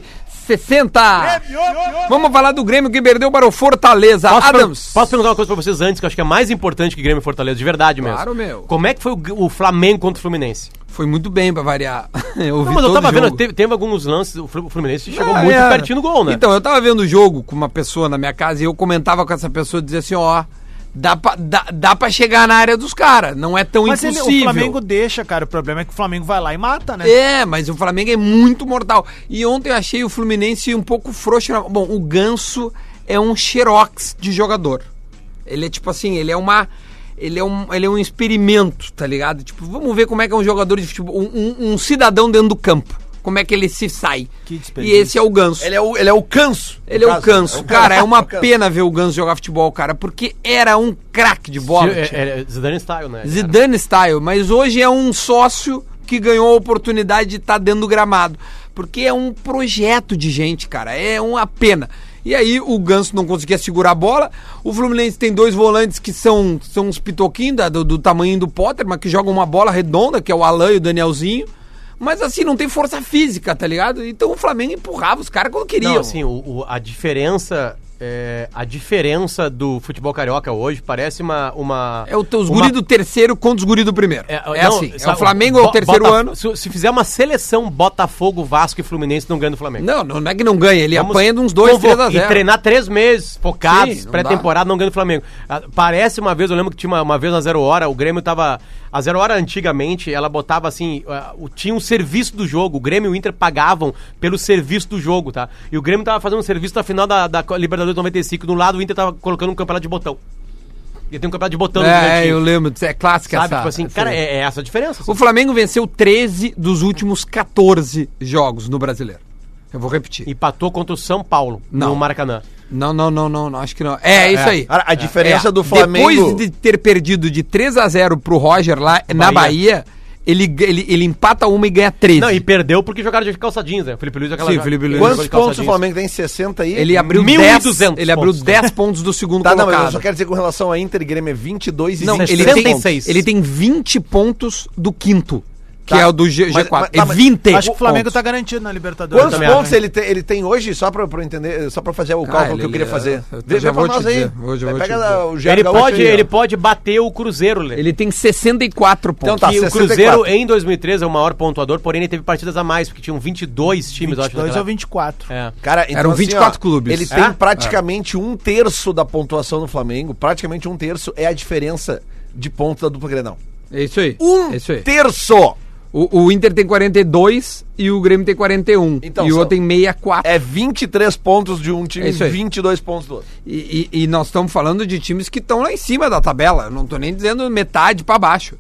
sessenta. Vamos falar do Grêmio que perdeu para o Fortaleza. Posso, Adams. per- posso perguntar uma coisa pra vocês antes, que eu acho que é mais importante que Grêmio e Fortaleza, de verdade mesmo. Claro, meu. Como é que foi o, o Flamengo contra o Fluminense? Foi muito bem pra variar. Eu vi Não, mas eu todo tava o jogo. vendo, teve, teve alguns lances, o Flu- o Fluminense chegou Ah, muito é. pertinho do gol, né? Então, eu tava vendo o jogo com uma pessoa na minha casa e eu comentava com essa pessoa e dizia assim, ó, dá pra, dá, dá pra chegar na área dos caras, não é tão Mas ele, impossível. o Flamengo deixa, cara. O problema é que o Flamengo vai lá e mata, né? É, mas o Flamengo é muito mortal. E ontem eu achei o Fluminense um pouco frouxo. na- Bom, o Ganso é um xerox de jogador. Ele é tipo assim, ele é uma... Ele é, um, ele é um experimento, tá ligado? Tipo, vamos ver como é que é um jogador de futebol, um, um- um cidadão dentro do campo. Como é que ele se sai. Que E desperdício. esse é o Ganso. Ele é o, ele é o canso. Ele é no o caso. Canso. o Cara, é uma o Canso. pena ver o Ganso jogar futebol, cara, porque era um craque de bola. É, tio. é, é Zidane style, né? Zidane style, mas hoje é um sócio que ganhou a oportunidade de estar dentro do gramado. Porque é um projeto de gente, cara. É uma pena. E aí o Ganso não conseguia segurar a bola. O Fluminense tem dois volantes que são, são uns pitoquinhos da- do, do tamanho do Potter, mas que jogam uma bola redonda, que é o Alan e o Danielzinho. Mas assim, não tem força física, tá ligado? Então o Flamengo empurrava os caras quando queriam. Não, assim, o, o- a diferença... é, a diferença do futebol carioca hoje parece uma... uma É o, os uma- guri do terceiro contra os guri do primeiro. É, não, assim, é o sabe, Flamengo é o Bo- terceiro Bota- ano. Se, se fizer uma seleção Botafogo, Vasco e Fluminense, não ganha do Flamengo. Não, não é que não ganha, ele Vamos apanha de uns dois, convo- três a zero. E treinar três meses focados, Sim, não pré-temporada, não ganha do Flamengo. Ah, Parece uma vez, eu lembro que tinha uma, uma vez na Zero Hora, o Grêmio tava... A Zero Hora, antigamente, ela botava assim... ah, o- tinha um serviço do jogo, o Grêmio e o Inter pagavam pelo serviço do jogo, tá? E o Grêmio tava fazendo um serviço na final da, da Libertadores noventa e cinco, do lado o Inter tava colocando um campeonato de botão. E tem um campeonato de botão no É, Gigantinho. eu lembro, é clássica Sabe, essa. tipo assim, essa- cara, é, é essa a diferença. assim. O Flamengo venceu treze dos últimos quatorze jogos no Brasileiro. Eu vou repetir. Empatou contra o São Paulo, Não. no Maracanã. Não, não, não, não, não, acho que não. É, é isso aí. A, a diferença É, do Flamengo... Depois de ter perdido de três a zero pro Roger lá na Bahia, ele, ele, ele empata uma e ganha treze. Não, e perdeu porque jogaram de calça jeans, né? O Felipe Luiz aquela Sim, Felipe Luiz. Quantos de calça pontos o jeans. Flamengo tem? sessenta aí? Ele abriu mil e dez, duzentos ele abriu pontos. dez pontos do segundo Tá, não, mas colocado. eu só quero dizer com relação a Inter e Grêmio é vinte e dois e Não, vinte ele sessenta tem, e seis. ele tem vinte pontos do quinto, que Tá. é o do G, Mas- G4. mas- tá, é mas- vinte Acho que o Flamengo pontos. tá garantido na Libertadores. Quantos também pontos acho. ele tem, ele tem hoje, só pra, pra eu entender, só pra fazer o Ah, cálculo ele- que eu queria ele- fazer? eu Vê, já vê pra vou te nós aí. dizer, hoje eu vou te Pega dizer. o Jair Ele Gaúcho pode, aí, ó. ele pode bater o Cruzeiro, Lê. Ele tem sessenta e quatro pontos. Então tá, Que o sessenta e Cruzeiro quatro. em dois mil e treze é o maior pontuador, porém ele teve partidas a mais, porque tinham vinte e dois times, eu acho. vinte e dois naquela- ou vinte e quatro. É. Cara, então, Eram assim, vinte e quatro ó, clubes. Ele tem É? praticamente um terço da pontuação do Flamengo, praticamente um terço é a diferença de pontos da dupla Grenal. É isso aí. Um é isso aí. terço! O, o Inter tem quarenta e dois e o Grêmio tem quarenta e um. Então, e o só- outro tem sessenta e quatro. É vinte e três pontos de um time É isso e aí. vinte e dois pontos do outro. E, e- e nós estamos falando de times que estão lá em cima da tabela. Eu não estou nem dizendo metade para baixo.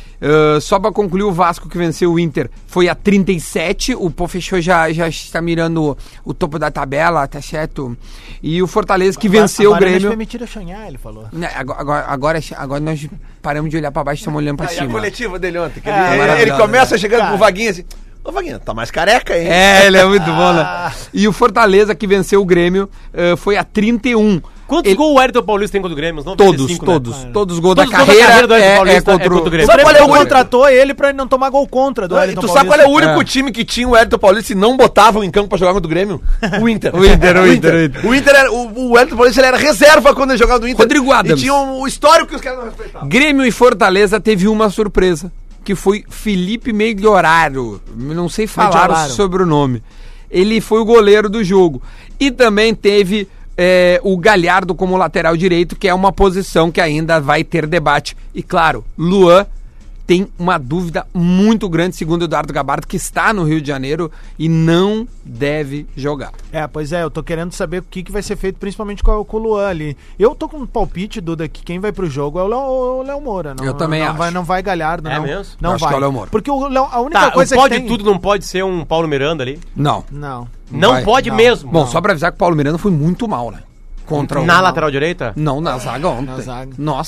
Uh, só para concluir, o Vasco que venceu o Inter foi a trinta e sete. O Pô fechou já, já está mirando o topo da tabela, tá certo? E o Fortaleza que venceu o Agora Grêmio. é permitido sonhar, ele falou. Né, Agora, agora, agora, agora nós paramos de olhar para baixo e estamos olhando para Aí a cima. coletiva dele ontem, que É, ele, ele- ele maravilhoso, começa né? chegando Cara. com o Vaguinha assim, ô Vaguinha, tá mais careca, hein? É, ele é muito bom, né? E o Fortaleza que venceu o Grêmio uh, foi a trinta e um. Quantos Ele- gols o Wellington Paulista tem contra o Grêmio? Uns noventa e Todos, cinco, né? todos, todos os gols da Todos os gols da carreira, carreira do Wellington é, Paulista é contra é contra o Grêmio. Só Sabe qual qual é o ele único- contratou ele pra ele não tomar gol contra do Não, e Wellington tu sabe qual é o Paulista. único time que tinha o Wellington Paulista e não botavam em campo pra jogar contra o Grêmio? O Inter. O Inter, o Inter, o Inter. O Inter era, o, o Wellington Paulista ele era reserva quando ele jogava no Inter. Rodrigo Adams. E tinha um, o histórico que os caras não respeitavam. Grêmio e Fortaleza teve uma surpresa, que foi Felipe Melhoraro. Não sei falar Melhoraro. sobre o nome. Ele foi o goleiro do jogo. E também teve é, o Galhardo como lateral direito, que é uma posição que ainda vai ter debate. E claro, Luan tem uma dúvida muito grande, segundo o Eduardo Gabardo, que está no Rio de Janeiro e não deve jogar. É, pois é, eu tô querendo saber o que, que vai ser feito, principalmente com, a- com o Luan ali. Eu tô com um palpite, Duda, que quem vai pro jogo é o Léo, o Léo Moura. Não, Eu também não acho. Vai, não vai Galhardo, É não. mesmo? Não Eu acho vai. que é o Léo Moura. Porque o Léo, a única Tá, coisa o pode que tem... tudo não pode ser um Paulo Miranda ali? Não. Não. Não vai. pode Não. mesmo. Bom, só pra avisar que o Paulo Miranda foi muito mal, né? Contra o... Na lateral direita? Não, na zaga ontem. Na zaga. Nossa.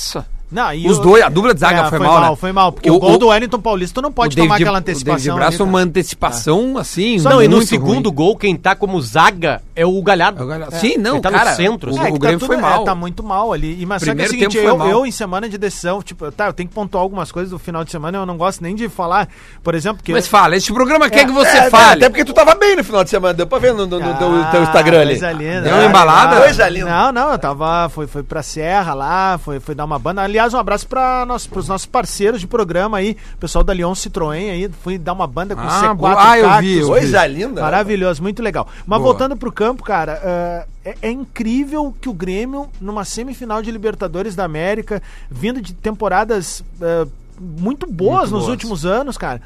Não, e Os o- dois, a dupla de zaga É, foi, mal, né? Foi mal, porque o, O- gol o- do Wellington Paulista tu não pode o tomar David- aquela O David antecipação. Braz ali, foi tá? uma antecipação, assim, Não, e no muito segundo ruim. gol, quem tá como zaga é o Galhardo. É o Galhardo. Sim, não, Ele tá cara, no centro. o- assim. É, que o Grêmio tá foi tudo- mal. é, tá muito mal ali. E, mas só que é o Primeiro seguinte, tempo foi eu, mal. eu em semana de decisão, tipo, tá, eu tenho que pontuar algumas coisas do final de semana, eu não gosto nem de falar, por exemplo, que... Mas fala, este programa quer que você É, fale. Até porque tu tava bem no final de semana, deu pra ver no, no, no teu, Ah, teu Instagram ali. coisa linda. Deu uma embalada? Coisa linda. Não, não, eu tava, foi, foi pra Serra lá, foi, foi dar uma banda. Aliás, um abraço pra nós, pros nossos parceiros de programa aí, pessoal da Lyon Citroën aí, fui dar uma banda com Ah, C quatro boa. Ah, eu vi, eu vi. Coisa linda. Maravilhoso, muito legal. Mas Boa. voltando pro campo, cara, ah, é, é incrível que o Grêmio, numa semifinal de Libertadores da América, vindo de temporadas ah, muito boas Muito nos boas. últimos anos, cara,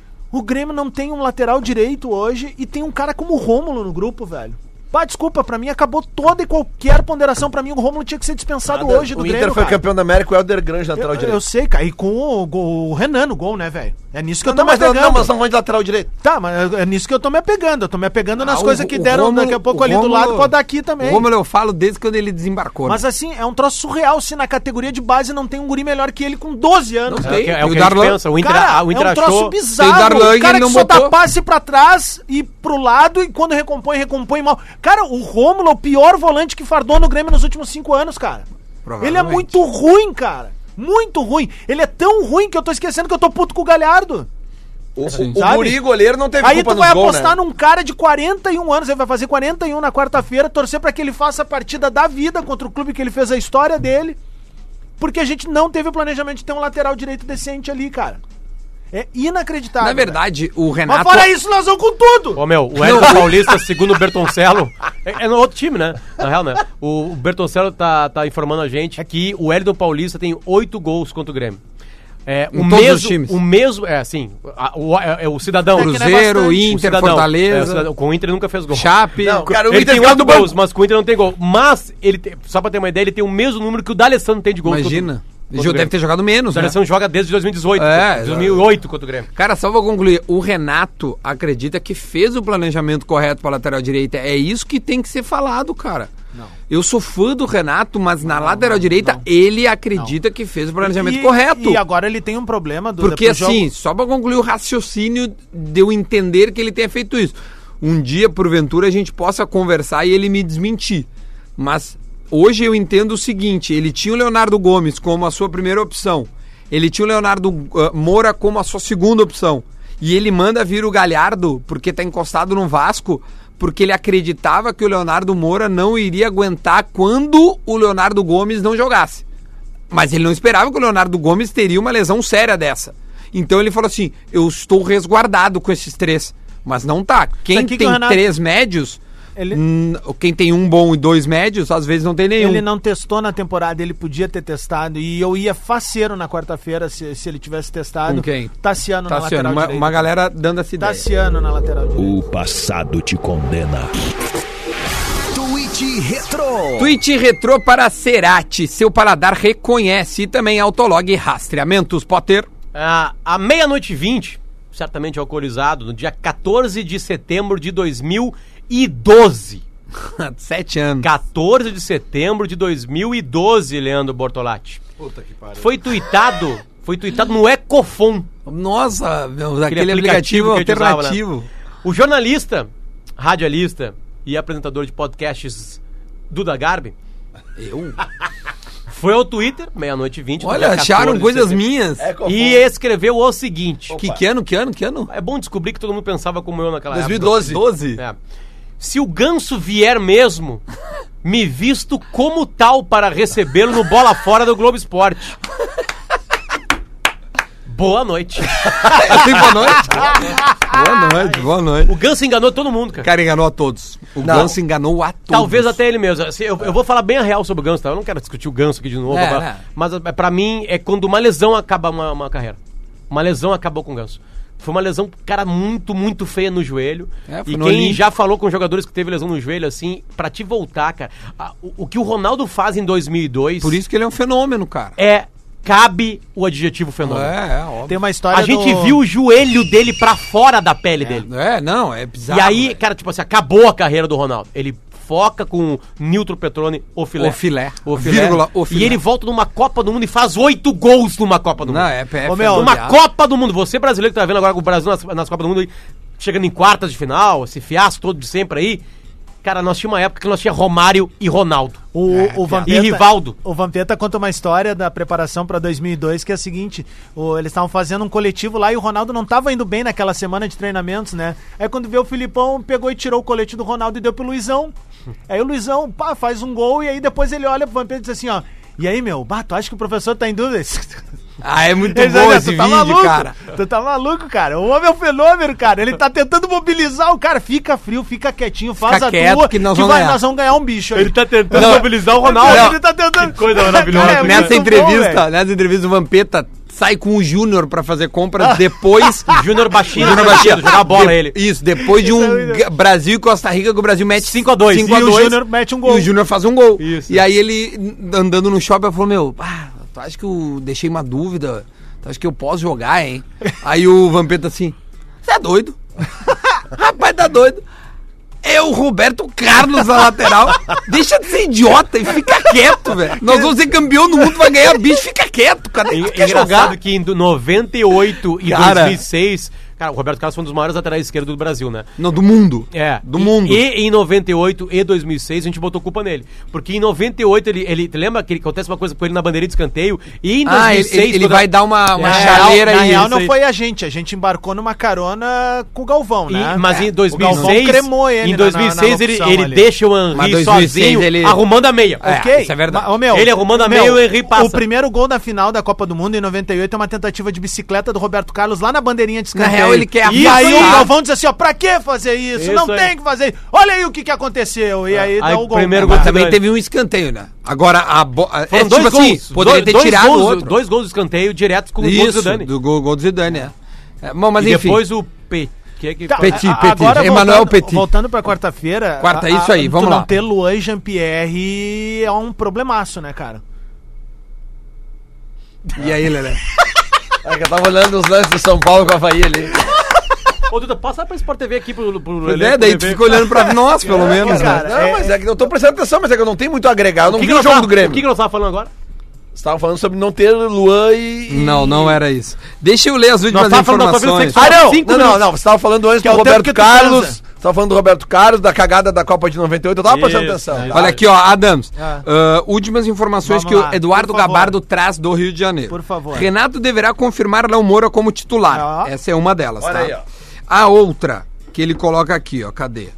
o Grêmio não tem um lateral direito hoje e tem um cara como o Rômulo no grupo, velho. Pá, desculpa, pra mim acabou toda e qualquer ponderação. Pra mim o Rômulo tinha que ser dispensado Nada. hoje do o Grêmio, Inter foi cara. campeão da América, o Helder Grande, lateral Eu, direito. eu sei, cara, e com o, gol- o Renan no gol, né, velho? É nisso que eu tô não, me mas não, apegando. não, mas não vamos de lateral direito. Tá, mas é nisso que eu tô me apegando. Eu tô me apegando nas Ah, coisas o- que o deram Rômulo- daqui a pouco o ali do Rômulo- lado, pode dar aqui também. O Rômulo eu falo desde quando ele desembarcou. Mas né? assim, é um troço surreal se na categoria de base não tem um guri melhor que ele com doze anos. Não cara. É, o que- é Tem o o que a gente Darlan. pensa. O Inter, Cara, o Inter é um troço achou... bizarro. Tem o Darlan o e cara ele que não só dá botou. passe pra trás e pro lado e quando recompõe, recompõe mal. Cara, o Rômulo é o pior volante que fardou no Grêmio nos últimos cinco anos, cara. Ele é Provavelmente. muito ruim, cara. Muito ruim. Ele é tão ruim que eu tô esquecendo que eu tô puto com o Galhardo. O, Sim. o, o Sabe? Guri goleiro não teve Aí culpa tu nos vai gols, apostar né? num cara de quarenta e um anos, ele vai fazer quarenta e um na quarta-feira, torcer pra que ele faça a partida da vida contra o clube que ele fez a história dele, porque a gente não teve o planejamento de ter um lateral direito decente ali, cara. É inacreditável. Na verdade, o velho. Renato... Mas fora isso, nós vamos com tudo! Ô meu, o Wellington Paulista, segundo o Bertoncello, é, é no outro time, né? Na real, né? O, o Bertoncello tá, tá informando a gente que o Wellington Paulista tem oito gols contra o Grêmio. É, Em o todos mesmo, os times. O mesmo, é assim, a- o, é, é o cidadão. É que não é Cruzeiro, bastante. Inter, O cidadão. É, o Fortaleza, cidadão. Com o Inter ele nunca fez gol. Chape... Não, cara, o Ele Inter tem fica oito do banco. gols, mas com o Inter não tem gol. Mas, ele tem, só pra ter uma ideia, ele tem o mesmo número que o D'Alessandro tem de gols. Imagina. contra o- Ele contra o deve Grêmio. ter jogado menos, O né? D'Alessandro joga desde dois mil e dezoito. É, dois mil e oito contra o Grêmio. Cara, só vou concluir. O Renato acredita que fez o planejamento correto pra lateral direita. É isso que tem que ser falado, cara. Não. Eu sou fã do Renato, mas na lateral direita não. ele acredita que fez o planejamento E- correto. E agora ele tem um problema do Porque pro jogo- assim, só pra concluir o raciocínio de eu entender que ele tenha feito isso. Um dia, porventura, a gente possa conversar e ele me desmentir. Mas hoje eu entendo o seguinte, ele tinha o Leonardo Gomes como a sua primeira opção. Ele tinha o Leonardo uh, Moura como a sua segunda opção. E ele manda vir o Galhardo, porque tá encostado no Vasco, porque ele acreditava que o Leonardo Moura não iria aguentar quando o Leonardo Gomes não jogasse. Mas ele não esperava que o Leonardo Gomes teria uma lesão séria dessa. Então ele falou assim, eu estou resguardado com esses três. Mas não tá. Quem Sabe que que tem o Renato- três médios, Ele- hum, quem tem um bom e dois médios, às vezes não tem nenhum. Ele não testou na temporada, ele podia ter testado. E eu ia faceiro na quarta-feira se, se ele tivesse testado. Com quem? Tassiano, na Tassiano, lateral uma, direita. uma galera dando essa ideia. Tassiano na lateral direita. O passado te condena. Tweet Retro. Tweet retrô para Cerati, seu paladar reconhece, e também Autolog Rastreamentos, Potter. Ah, à meia-noite e vinte, certamente alcoolizado, no dia quatorze de setembro de dois mil e doze. Sete anos. quatorze de setembro de dois mil e doze, Leandro Bortolatti. Puta que pariu. Foi tuitado, foi tuitado no Ecofon. Nossa, meu, Aquele aquele aplicativo, aplicativo que a gente usava, alternativo. O jornalista, radialista e apresentador de podcasts Duda Garbi Eu? foi ao Twitter, meia-noite e vinte. no Olha, dia acharam quatorze de coisas setembro, minhas. É, qual E foi? escreveu o seguinte. Que, que ano, que ano, que ano? É bom descobrir que todo mundo pensava como eu naquela dois mil e época. doze. doze? É. Se o Ganso vier mesmo, me visto como tal para recebê-lo no Bola Fora do Globo Esporte. Boa noite. Assim, boa noite. Boa noite, boa noite. O Ganso enganou todo mundo, O cara. cara enganou a todos. O Não. Ganso enganou a todos. Talvez até ele mesmo. Assim, eu, eu vou falar bem a real sobre o Ganso, tá? Eu não quero discutir o Ganso aqui de novo. É, mas, né? mas é, pra mim é quando uma lesão acaba uma, uma carreira. Uma lesão acabou com o Ganso. Foi uma lesão, cara, muito, muito feia no joelho. É, foi e no quem Olímpico. já falou com jogadores que teve lesão no joelho, assim, pra te voltar, cara. a- o, o que o Ronaldo faz em dois mil e dois Por isso que ele é um fenômeno, cara. é... Cabe o adjetivo fenômeno. É, é, óbvio. Tem uma história A gente do- viu o joelho dele pra fora da pele dele. É, não, é bizarro. E aí, velho. cara, tipo assim, acabou a carreira do Ronaldo. Ele foca com Nilton Petrone, o filé. O filé. O filé. Vírgula, o filé. E ele volta numa Copa do Mundo e faz oito gols numa Copa do Mundo. Não, é, é, Ô, meu, Numa é, Copa do Mundo. Você brasileiro que tá vendo agora o Brasil nas, nas Copas do Mundo, aí, chegando em quartas de final, esse fiasco todo de sempre aí. Cara, nós tínhamos uma época que nós tinha Romário e Ronaldo. O, o Vampeta, E Rivaldo. O Vampeta conta uma história da preparação pra dois mil e dois que é a seguinte, o, eles estavam fazendo um coletivo lá e o Ronaldo não tava indo bem naquela semana de treinamentos, né? Aí quando vê o Filipão, pegou e tirou o colete do Ronaldo e deu pro Luizão. Aí o Luizão, pá, faz um gol e aí depois ele olha pro Vampeta e diz assim, ó, e aí, meu, bah, tu acha que o professor tá em dúvida? Ah, é muito Eles bom olham, esse tu tá vídeo, maluco, cara. Tu tá maluco, cara. O homem é um fenômeno, cara. Ele tá tentando mobilizar o cara. Fica frio, fica quietinho, faz Fica a quieto tua que nós que vamos vai, ganhar. nós vamos ganhar um bicho aí. Ele tá tentando Não, mobilizar o Ronaldo. não. Ele tá tentando... Que coisa maravilhosa. Cara, é Nessa muito entrevista, bom, velho. nessa entrevista, o Vampeta sai com o Júnior pra fazer compras depois. Júnior baixinho, Júnior Júnior Baixinho. baixinho, jogar bola De- ele. Isso, depois de um Isso aí, G- Brasil e Costa Rica, que o Brasil mete cinco a dois. cinco a E o dois, Júnior mete um gol. E o Júnior faz um gol. Isso. E aí ele, n- andando no shopping, falou, meu, ah, tu acha que eu deixei uma dúvida? Tu acha que eu posso jogar, hein? Aí o Vampeta assim, você é doido? Rapaz, tá doido. É o Roberto Carlos na lateral. Deixa de ser idiota e fica quieto, velho. Nós vamos ser campeão do mundo, vai ganhar bicho, fica quieto, cara. É Tu quer engraçado jogar? que em do- noventa e oito e Cara. dois mil e seis, cara, o Roberto Carlos foi um dos maiores laterais esquerdos do Brasil, né? Não, do mundo. É. Do E- mundo. E em noventa e oito e dois mil e seis a gente botou culpa nele. Porque em noventa e oito ele, ele tu lembra que acontece uma coisa com ele na bandeirinha de escanteio? E em Ah, ele, dois mil e seis ele, ele quando- vai dar uma, uma É, chaleira Na aí. real, isso não aí. foi a gente. A gente embarcou numa carona com o Galvão, E- né? mas É, em dois mil e seis, o Galvão cremou ele em na- dois mil e seis na- na ele, locução ele ali. deixa o Mas Henry dois mil e seis sozinho, ele- arrumando a meia. É, Ok, isso é verdade. Ma- ô, meu, Ele arrumando a meu, meia, o Henry passa. O primeiro gol na final da Copa do Mundo em noventa e oito é uma tentativa de bicicleta do Roberto Carlos lá na bandeirinha de Na escanteio. real, ele quer E aí o afastar. Galvão diz assim, ó, pra que fazer isso? Isso não aí. tem que fazer. Olha aí o que que aconteceu. E aí, Aí dá o gol. primeiro Mas gol também Zidane. teve um escanteio, né? Agora, a bo... é, Foram tipo dois assim, gols. poderia dois, ter dois tirado gols, outro. Dois gols de escanteio diretos com o gol do Isso, Zidane. do gol, gol do Zidane, é. é bom, mas e enfim. depois o P. Que é que Tá, Petit, a- Petit. Agora, Emmanuel voltando, Petit. voltando pra quarta-feira... Quarta, a- isso aí, a- vamos tu lá. não ter Luan e Jean-Pierre é um problemaço, né, cara? E aí, Lelé? É que eu tava olhando os lances do São Paulo com a Havaí ali. Ô, Duda, passa pra Sport T V aqui pro, pro É, elenco daí poder tu ver. fica olhando pra nós, pelo menos, cara, né? Não, é- mas é que eu tô prestando atenção, mas é que eu não tenho muito a agregar. Eu não O que vi que o jogo nós do tava- Grêmio. O que, que nós tava falando agora? Você tava falando sobre não ter Luan e... Não, não era isso. Deixa eu ler as últimas tava falando da tua vida informações. sexual. Ah, não! Cinco Não, não, minutos. não. Você tava falando antes Que do é o tempo Roberto que tu Carlos. transa. Você tava falando do Roberto Carlos, da cagada da Copa de noventa e oito. Eu tava prestando Isso, atenção. isso. tá? Olha aqui, ó, Adams. Ah. Ah, últimas informações Vamos que lá, o Eduardo por favor. Gabardo traz do Rio de Janeiro. Por favor. Renato deverá confirmar Léo Moura como titular. Ah. Essa é uma delas, Olha tá? aí, ó. A outra que ele coloca aqui, ó, cadê?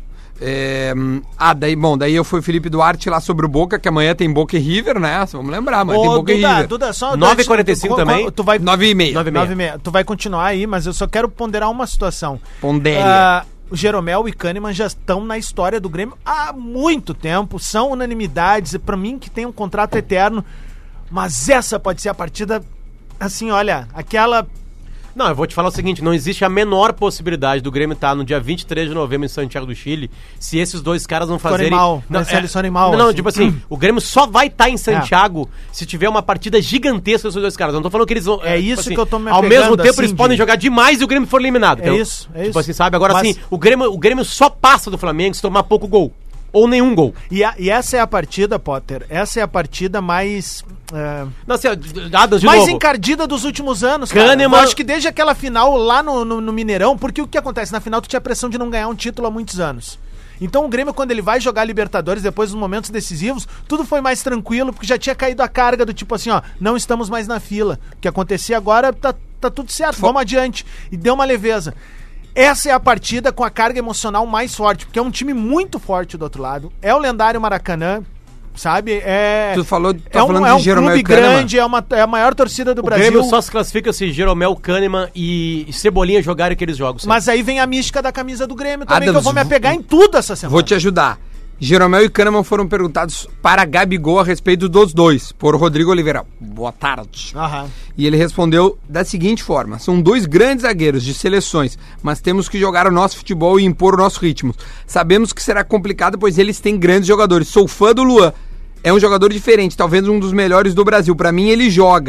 É, hum, ah, daí, bom, daí eu fui o Felipe Duarte lá sobre o Boca, que amanhã tem Boca e River, né? Vamos lembrar, amanhã tem Ô, Boca e Duda, River. Duda, só... nove e quarenta e cinco tu- também. Tu vai... nove e meia. Nove e meia. nove e meia. Tu vai continuar aí, mas eu só quero ponderar uma situação. Pondere. Ah, o Jeromel e Kahneman já estão na história do Grêmio há muito tempo, são unanimidades, pra mim que tem um contrato eterno, mas essa pode ser a partida, assim, olha, aquela... Não, eu vou te falar o seguinte, não existe a menor possibilidade do Grêmio estar no dia vinte e três de novembro em Santiago do Chile se esses dois caras não Forem fazerem... mal, não, mas se eles forem mal, Não, não, assim. tipo assim, o Grêmio só vai estar em Santiago se tiver uma partida gigantesca desses dois caras. Eu não tô falando que eles vão... É tipo isso assim, que eu tô me Ao apegando, mesmo tempo assim, eles podem de- jogar demais e o Grêmio for eliminado. É entendeu? isso, é Tipo isso. assim, sabe? Agora Mas- assim, o Grêmio, o Grêmio só passa do Flamengo se tomar pouco gol. Ou nenhum gol. E, a- e essa é a partida, Potter, essa é a partida mais... é, Não, assim, ó, Adams, de mais novo. encardida dos últimos anos, cara. Kahneman- Eu acho que desde aquela final lá no, no, no Mineirão, porque o que acontece? Na final tu tinha a pressão de não ganhar um título há muitos anos. Então o Grêmio, quando ele vai jogar Libertadores, depois dos momentos decisivos, tudo foi mais tranquilo, porque já tinha caído a carga do tipo assim, ó, não estamos mais na fila. O que acontecia agora, tá, tá tudo certo, vamos adiante. E deu uma leveza. Essa é a partida com a carga emocional mais forte, porque é um time muito forte do outro lado. É o lendário Maracanã, sabe? É, Tu falou- tá é um, falando é de um Jeromel clube e Kahneman. grande, é, uma, é a maior torcida do O Brasil. Grêmio só se classifica se Jeromel, Kahneman e Cebolinha jogarem aqueles jogos. Mas aí vem a mística da camisa do Grêmio também, Adams, que eu vou me apegar em tudo essa semana. Vou te ajudar. Jeromel e Kahneman foram perguntados para Gabigol a respeito dos dois, por Rodrigo Oliveira. Boa tarde. Aham. E ele respondeu da seguinte forma: são dois grandes zagueiros de seleções, mas temos que jogar o nosso futebol e impor o nosso ritmo. Sabemos que será complicado, pois eles têm grandes jogadores. Sou fã do Luan. É um jogador diferente, talvez um dos melhores do Brasil. Para mim, ele joga.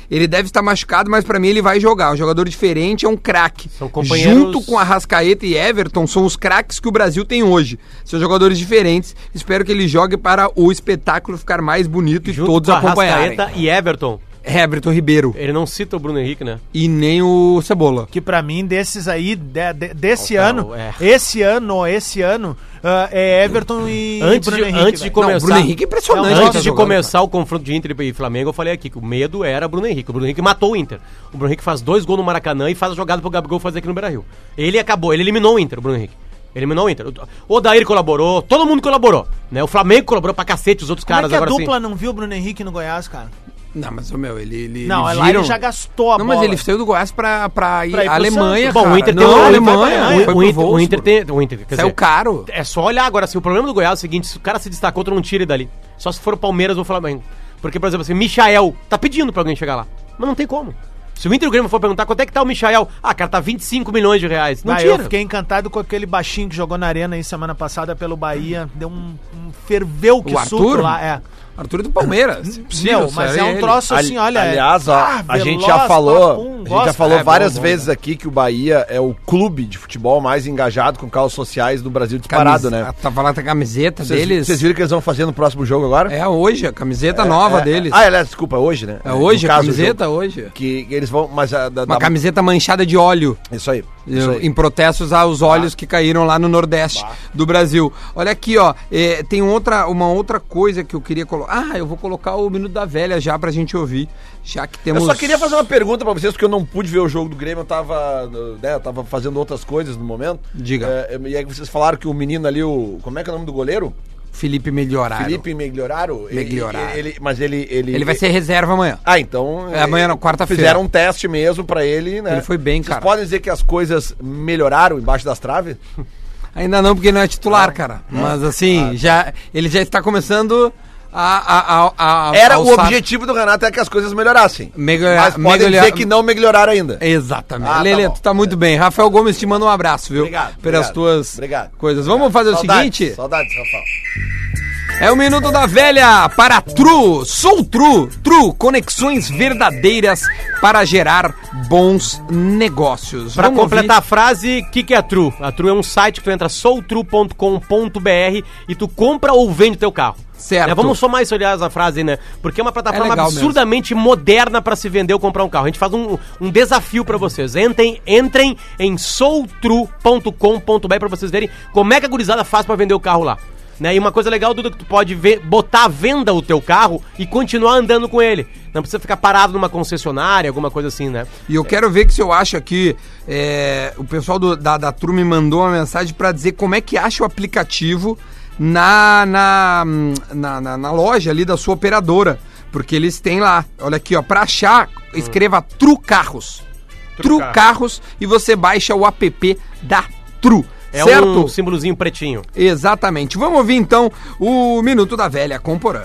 Ele deve estar machucado, mas pra mim ele vai jogar. Um jogador diferente, é um craque. São companheiros... Junto com Arrascaeta e Everton, são os craques que o Brasil tem hoje. São jogadores diferentes. Espero que ele jogue para o espetáculo ficar mais bonito e Junto todos com acompanharem. Arrascaeta e Everton. Everton Ribeiro. Ele não cita o Bruno Henrique, né? E nem o Cebola. Que pra mim, desses aí, de, de, desse Não, ano, é. esse ano, esse ano, uh, é Everton e Antes Bruno de, Henrique. antes de velho. começar, Não, o Bruno Henrique é impressionante. Não, tá antes de jogando, começar o confronto de Inter e Flamengo, eu falei aqui que o medo era Bruno Henrique. O Bruno Henrique matou o Inter. O Bruno Henrique faz dois gols no Maracanã e faz a jogada pro Gabigol fazer aqui no Beira-Rio. Ele acabou, ele eliminou o Inter, o Bruno Henrique. Eliminou o Inter. O Odair colaborou, todo mundo colaborou, né? O Flamengo colaborou pra cacete, os outros Como caras é que a agora dupla sim. não viu o Bruno Henrique no Goiás, cara? Não, mas o meu, ele. ele Não, ele lá viram... ele já gastou a Não, bola. mas ele saiu do Goiás pra, pra ir Pra ir à pro Alemanha. Santos. Bom, o Inter não, tem um- a ele vai Alemanha. pra- foi o, pro o, Inter, o Wolfsburg. Inter tem. O Inter, quer Saiu dizer, caro. é só olhar agora, assim, o problema do Goiás é o seguinte, se o cara se destacou, tu não tira ele dali. Só se for o Palmeiras ou o Flamengo. Porque, por exemplo, assim, Michael tá pedindo pra alguém chegar lá. Mas não tem como. Se o Inter e o Grêmio for perguntar quanto é que tá o Michael, ah, cara, tá vinte e cinco milhões de reais. Não Ah, tira. eu fiquei encantado com aquele baixinho que jogou na arena aí semana passada pelo Bahia. Deu um, um ferveu que O suco Arthur? lá. É. Arthur é do Palmeiras. Meu, mas é um troço assim, olha. Aliás, ó, ah, a gente veloz, já falou, papum, a gente gosto. já falou É, bom, várias bom, vezes aqui que o Bahia é o clube de futebol mais engajado com causas sociais do Brasil disparado, Camis- né? Tá falando da camiseta Vocês deles. vocês viram que eles vão fazer no próximo jogo agora? É hoje, a camiseta nova É, deles. Ah, aliás, desculpa, hoje, né? É hoje No a caso, o camiseta, jogo. hoje. Que eles vão, mas a, da, Uma da- camiseta manchada de óleo. Isso aí. Isso aí. Em protestos aos óleos que caíram lá no Nordeste do Brasil. Olha aqui, ó. é, tem outra, uma outra coisa que eu queria colocar. Ah, eu vou colocar o Minuto da Velha já pra gente ouvir. Já que temos. Eu só queria fazer uma pergunta pra vocês, porque eu não pude ver o jogo do Grêmio, eu tava, né, eu tava fazendo outras coisas no momento. Diga. É, e aí vocês falaram que o menino ali, o. Como é que é o nome do goleiro? Felipe Melhoraro. Felipe Meglioraro? Ele- Meglioraro. Ele, ele- mas ele, ele. Ele vai ser reserva amanhã. Ah, então. É, amanhã não, quarta-feira. Fizeram um teste mesmo pra ele, né? Ele foi bem, Vocês cara. podem dizer que as coisas melhoraram embaixo das traves? Ainda não, porque não é titular, cara. Mas assim, já, ele já está começando a. a, a, a Era o alçar- objetivo do Renato é que as coisas melhorassem. Melhora- Mas podem melhora- dizer que não melhoraram ainda. Exatamente. Ah, tá Lelê, bom. tu tá muito bem. Rafael Gomes te manda um abraço, viu? Obrigado, Pelas obrigado, tuas obrigado, coisas. Vamos fazer o Saudades, seguinte? Saudades, Rafael. É o Minuto da Velha para Tru. Sou Tru. Tru, conexões verdadeiras para gerar bons negócios. Pra Vamos completar a frase, o que, que é a Tru? A Tru é um site que tu entra soutru ponto com ponto br e tu compra ou vende teu carro. Certo. Né, vamos somar isso, aliás, a frase aí, né? Porque é uma plataforma É legal absurdamente moderna pra se vender ou comprar um carro. A gente faz um, um desafio pra vocês. Entrem, entrem em soutru ponto com ponto br pra vocês verem como é que a gurizada faz pra vender o carro lá. Né? E uma coisa legal, Duda, que tu pode ver, botar à venda o teu carro e continuar andando com ele. Não precisa ficar parado numa concessionária, alguma coisa assim, né? E eu quero ver que se eu acho aqui, é, o pessoal do- da, da Tru me mandou uma mensagem para dizer como é que acha o aplicativo na, na, na, na, na loja ali da sua operadora. Porque eles têm lá, olha aqui, ó, para achar, escreva Tru Carros. Tru Carros. Carros e você baixa o app da Tru. É certo? um símbolozinho pretinho. Exatamente. Vamos ouvir então o Minuto da Velha com Porã.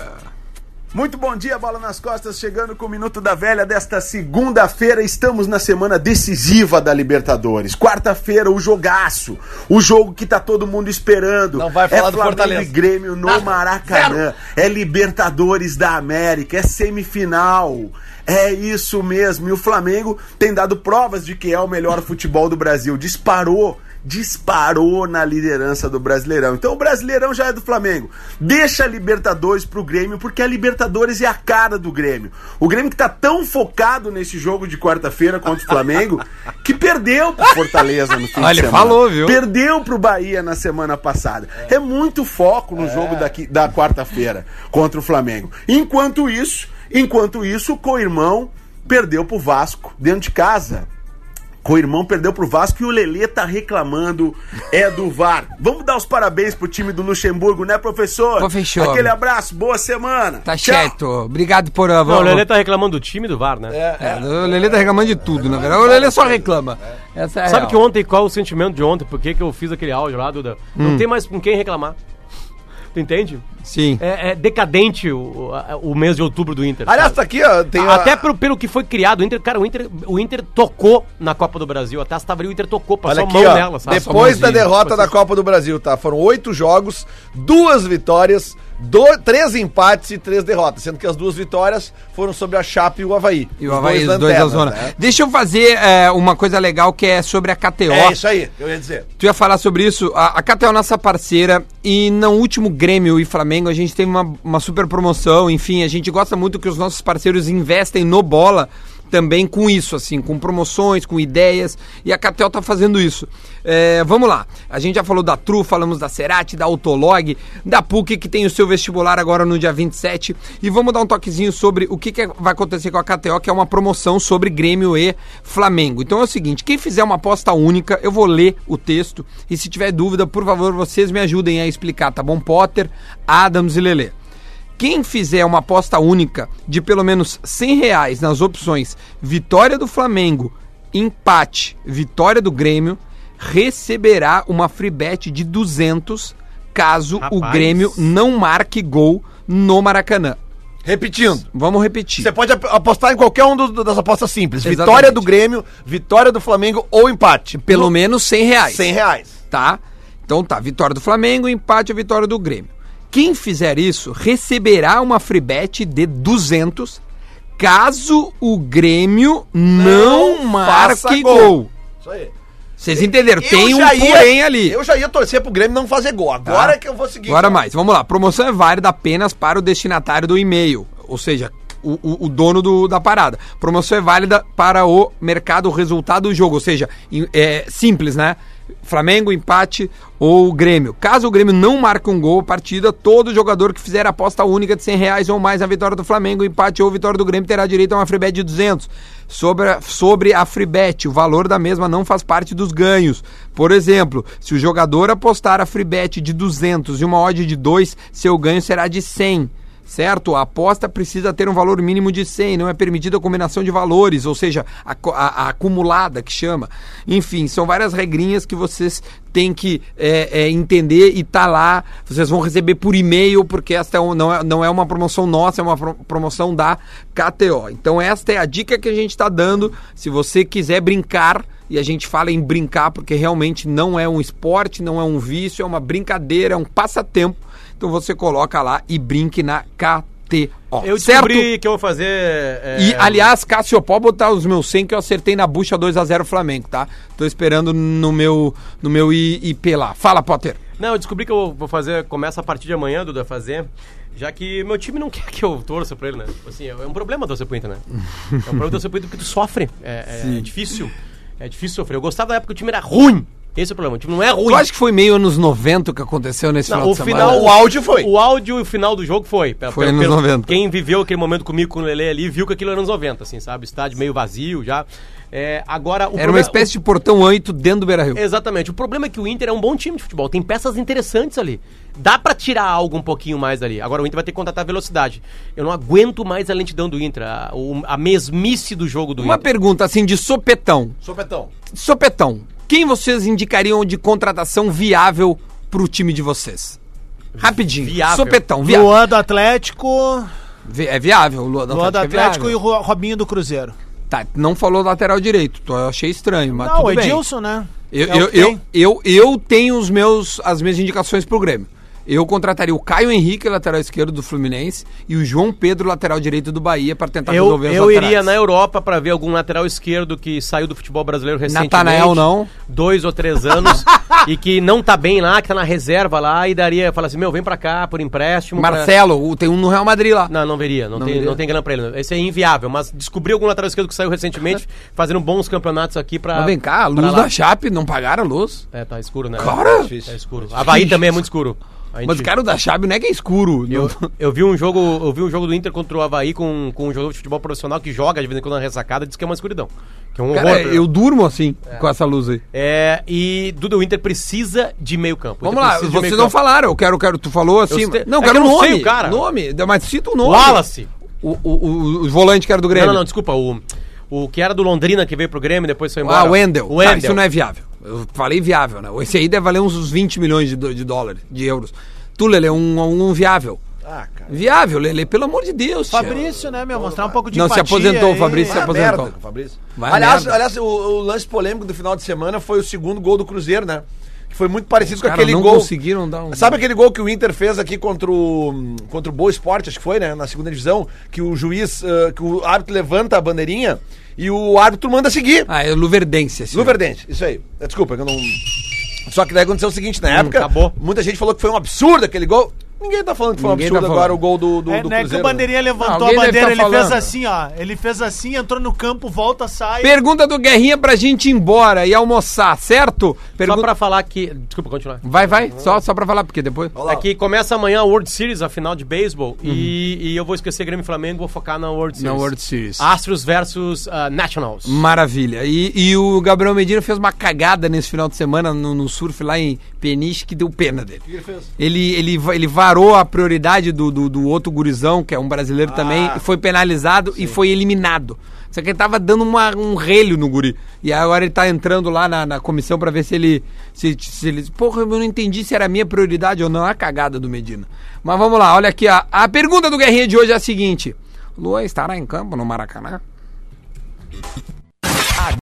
Muito bom dia, Bola nas Costas, chegando com o Minuto da Velha desta segunda-feira. Estamos na semana decisiva da Libertadores. Quarta-feira, o jogaço. O jogo que tá todo mundo esperando. Não vai falar é do Flamengo Fortaleza. e Grêmio no Nada. Maracanã. É Libertadores da América. É semifinal. É isso mesmo. E o Flamengo tem dado provas de que é o melhor futebol do Brasil. Disparou. Disparou na liderança do Brasileirão. Então o Brasileirão já é do Flamengo. Deixa a Libertadores pro Grêmio, porque a Libertadores é a cara do Grêmio. O Grêmio que tá tão focado nesse jogo de quarta-feira contra o Flamengo, que perdeu pro Fortaleza no fim Olha, de ele semana. falou, viu? Perdeu pro Bahia na semana passada. É, muito foco no jogo daqui, da quarta-feira contra o Flamengo. Enquanto isso, enquanto isso, o co-irmão perdeu pro Vasco dentro de casa. O irmão perdeu pro Vasco e o Lelê tá reclamando é do V A R. Vamos dar os parabéns pro time do Luxemburgo, né, professor? Professor. Aquele abraço, boa semana. Tá Tchau. certo. Obrigado por... Não, o Lelê tá reclamando do time do V A R, né? É, o Lelê tá reclamando de tudo, na verdade. O Lelê só reclama. Essa é a Sabe real. que ontem, qual o sentimento de ontem? Por que, que eu fiz aquele áudio lá, Duda? Não tem mais com quem reclamar. Tu entende? Sim. É, é decadente o, a- o mês de outubro do Inter. Aliás, sabe? tá aqui, ó. Tem a- Até pelo, pelo que foi criado, o Inter, cara, o Inter, o Inter tocou na Copa do Brasil. Até a Taça o Inter tocou, Olha passou aqui, a mão ó, nela, sabe? depois da mãozinha. derrota da Copa do Brasil, tá? Foram oito jogos, duas vitórias, Do, três empates e três derrotas, sendo que as duas vitórias foram sobre a Chape e o Avaí. E o Avaí, os dois da zona. Né? Deixa eu fazer é, uma coisa legal que é sobre a K T O. É isso aí, eu ia dizer. Tu ia falar sobre isso. A, a K T O é nossa parceira e no último Grêmio e Flamengo a gente teve uma, uma super promoção. Enfim, a gente gosta muito que os nossos parceiros investem no bola também com isso, assim, com promoções, com ideias, e a K T O tá fazendo isso. É, vamos lá, a gente já falou da Tru, falamos da Cerati, da Autolog, da P U C, que tem o seu vestibular agora no dia vinte e sete, e vamos dar um toquezinho sobre o que, que vai acontecer com a K T O, que é uma promoção sobre Grêmio e Flamengo. Então é o seguinte, quem fizer uma aposta única, eu vou ler o texto, e se tiver dúvida, por favor, vocês me ajudem a explicar, tá bom? Potter, Adams e Lelê. Quem fizer uma aposta única de pelo menos cem reais nas opções vitória do Flamengo, empate, vitória do Grêmio, receberá uma free bet de duzentos caso Rapaz. o Grêmio não marque gol no Maracanã. Repetindo. Vamos repetir. Você pode apostar em qualquer um do, das apostas simples. Exatamente. Vitória do Grêmio, vitória do Flamengo ou empate. Pelo no... menos cem reais. cem reais. Tá? Então tá, vitória do Flamengo, empate ou vitória do Grêmio. Quem fizer isso receberá uma free bet de duzentos caso o Grêmio não, não marque gol. gol. Isso aí. Vocês entenderam? Eu Tem um ia, porém ali. Eu já ia torcer pro Grêmio não fazer gol. Agora tá. que eu vou seguir. Agora mais. Vamos lá. Promoção é válida apenas para o destinatário do e-mail. Ou seja, o, o, o dono do, da parada. Promoção é válida para o mercado, o resultado do jogo. Ou seja, é simples, né? Flamengo, empate ou Grêmio. Caso o Grêmio não marque um gol a partida, todo jogador que fizer aposta única de cem reais ou mais na vitória do Flamengo, empate ou vitória do Grêmio terá direito a uma free bet de duzentos. Sobre a, sobre a free bet, o valor da mesma não faz parte dos ganhos. Por exemplo, se o jogador apostar a free bet de duzentos e uma odd de dois, seu ganho será de cem. Certo? A aposta precisa ter um valor mínimo de cem, não é permitida a combinação de valores, ou seja, a, a, a acumulada que chama. Enfim, são várias regrinhas que vocês têm que é, é, entender e tá lá. Vocês vão receber por e-mail, porque esta é um, não, é, não é uma promoção nossa, é uma pro, promoção da K T O. Então esta é a dica que a gente está dando. Se você quiser brincar, e a gente fala em brincar porque realmente não é um esporte, não é um vício, é uma brincadeira, é um passatempo. Então você coloca lá e brinque na K T O. Eu descobri certo? que eu vou fazer... É... E, aliás, Cássio, pode botar os meus cem que eu acertei na bucha dois a zero Flamengo, tá? Tô esperando no meu, no meu I P lá. Fala, Potter. Não, eu descobri que eu vou fazer... Começa a partir de amanhã, Duda, a fazer... Já que meu time não quer que eu torça pra ele, né? Assim, é um problema torcer pro Inter, né? É um problema torcer pro Inter porque tu sofre. É, é, é difícil. É difícil sofrer. Eu gostava da época que o time era ruim. Esse é o problema, o time não é ruim. Eu acho que foi meio anos noventa que aconteceu nesse não, final o de final, semana. O áudio foi. O áudio e o final do jogo foi. Foi anos pelo, noventa. Quem viveu aquele momento comigo, com o Lelê ali, viu que aquilo era anos noventa, assim, sabe? Estádio meio vazio já. É, agora, o era problema, uma espécie de portão oito dentro do Beira-Rio. Exatamente. O problema é que o Inter é um bom time de futebol. Tem peças interessantes ali. Dá pra tirar algo um pouquinho mais ali. Agora o Inter vai ter que contratar velocidade. Eu não aguento mais a lentidão do Inter. A, a mesmice do jogo do uma Inter. Uma pergunta assim de sopetão. Sopetão. Sopetão. Quem vocês indicariam de contratação viável pro time de vocês? Rapidinho. Viável. Sopetão. Viável. Luan do Atlético. Vi- é viável. Luan do Luan Atlético, do Atlético é e o Ro- Robinho do Cruzeiro. Tá, não falou lateral direito. Eu achei estranho, mas Não, tudo o bem. Edilson, né? Eu, É o eu, que eu, tem. eu, eu tenho os meus, as minhas indicações pro Grêmio. Eu contrataria o Caio Henrique, lateral esquerdo do Fluminense, e o João Pedro, lateral direito do Bahia, para tentar Eu, resolver os eu laterais. iria na Europa pra ver algum lateral esquerdo que saiu do futebol brasileiro recentemente. Natanael, não? Dois ou três anos. E que não tá bem lá, que tá na reserva lá, e daria, fala assim, meu, vem pra cá por empréstimo. Marcelo, pra... tem um no Real Madrid lá. Não, não veria, não, Não tem, veria. não tem grana pra ele. Esse é inviável, mas descobri algum lateral esquerdo que saiu recentemente, fazendo bons campeonatos aqui pra... Mas vem cá, a luz da Chape, não pagaram a luz? É, tá escuro, né? Cara! É escuro. Havaí também é muito escuro. A gente... Mas o cara da Chape não é que é escuro. Eu, não. eu vi um jogo, eu vi um jogo do Inter contra o Havaí com, com um jogador de futebol profissional que joga de vez em quando na ressacada, diz que é uma escuridão. Que é um Cara, horror. eu durmo assim, é. com essa luz aí. É, e Duda, o Inter precisa de meio campo. O Vamos Inter lá, precisa de vocês meio não campo. falaram, eu quero, quero, tu falou assim. Eu citei- Não, é quero que eu não nome. sei o cara. Nome, mas cita o nome. Wallace. O, o, o, o volante que era do Grêmio. Não, não, não, desculpa, o, o que era do Londrina que veio pro Grêmio e depois foi embora. Ah, o Wendel. O Wendel. Tá, isso não é viável. Eu falei viável, né? Esse aí deve valer uns vinte milhões de, do- de dólares, de euros. Tu, Lelê, é um, um viável. Ah, cara. Viável, Lelê, pelo amor de Deus. tia. Fabrício, né, meu? Mostrar um pouco de Não, se empatia aposentou, aí. o Fabrício se Vai a aposentou. merda, Fabrício. Vai a Aliás, merda. aliás o, o lance polêmico do final de semana foi o segundo gol do Cruzeiro, né? que foi muito parecido Os com caras aquele não gol. conseguiram dar um... Sabe aquele gol que o Inter fez aqui contra o, contra o Boa Esporte, acho que foi, né? Na segunda divisão, que o juiz, uh, que o árbitro levanta a bandeirinha e o árbitro manda seguir. Ah, é Luverdense. Assim. Luverdense, isso aí. Desculpa, eu não... Só que daí aconteceu o seguinte, na Hum, época, acabou. muita gente falou que foi um absurdo aquele gol. Ninguém tá falando que foi um Ninguém absurdo tá agora falando. o gol do, do, É, do não é que o Cruzeiro. Bandeirinha levantou Alguém a deve bandeira, tá ele falando. fez assim, ó. Ele fez assim, entrou no campo, volta, sai. Pergunta do Guerrinha pra gente ir embora e almoçar, certo? Pergunta... Só pra falar que... Desculpa, continuar. Vai, vai, só, só pra falar, porque depois... É que começa amanhã a World Series, a final de beisebol, e, e eu vou esquecer Grêmio e Flamengo, vou focar na World Series. Na World Series. Astros versus uh, Nationals. Maravilha. E, e o Gabriel Medina fez uma cagada nesse final de semana no, no surf lá em Peniche que deu pena dele. O que ele fez? Ele, ele, ele varou a prioridade do, do, do outro gurizão, que é um brasileiro ah, também, e foi penalizado sim. e foi eliminado. Só que ele tava dando uma, um relho no guri. E agora ele tá entrando lá na, na comissão pra ver se ele, se, se ele... Porra, eu não entendi se era a minha prioridade ou não. A cagada do Medina. Mas vamos lá, olha aqui. A, a pergunta do Guerrinha de hoje é a seguinte. Luan estará em campo no Maracanã?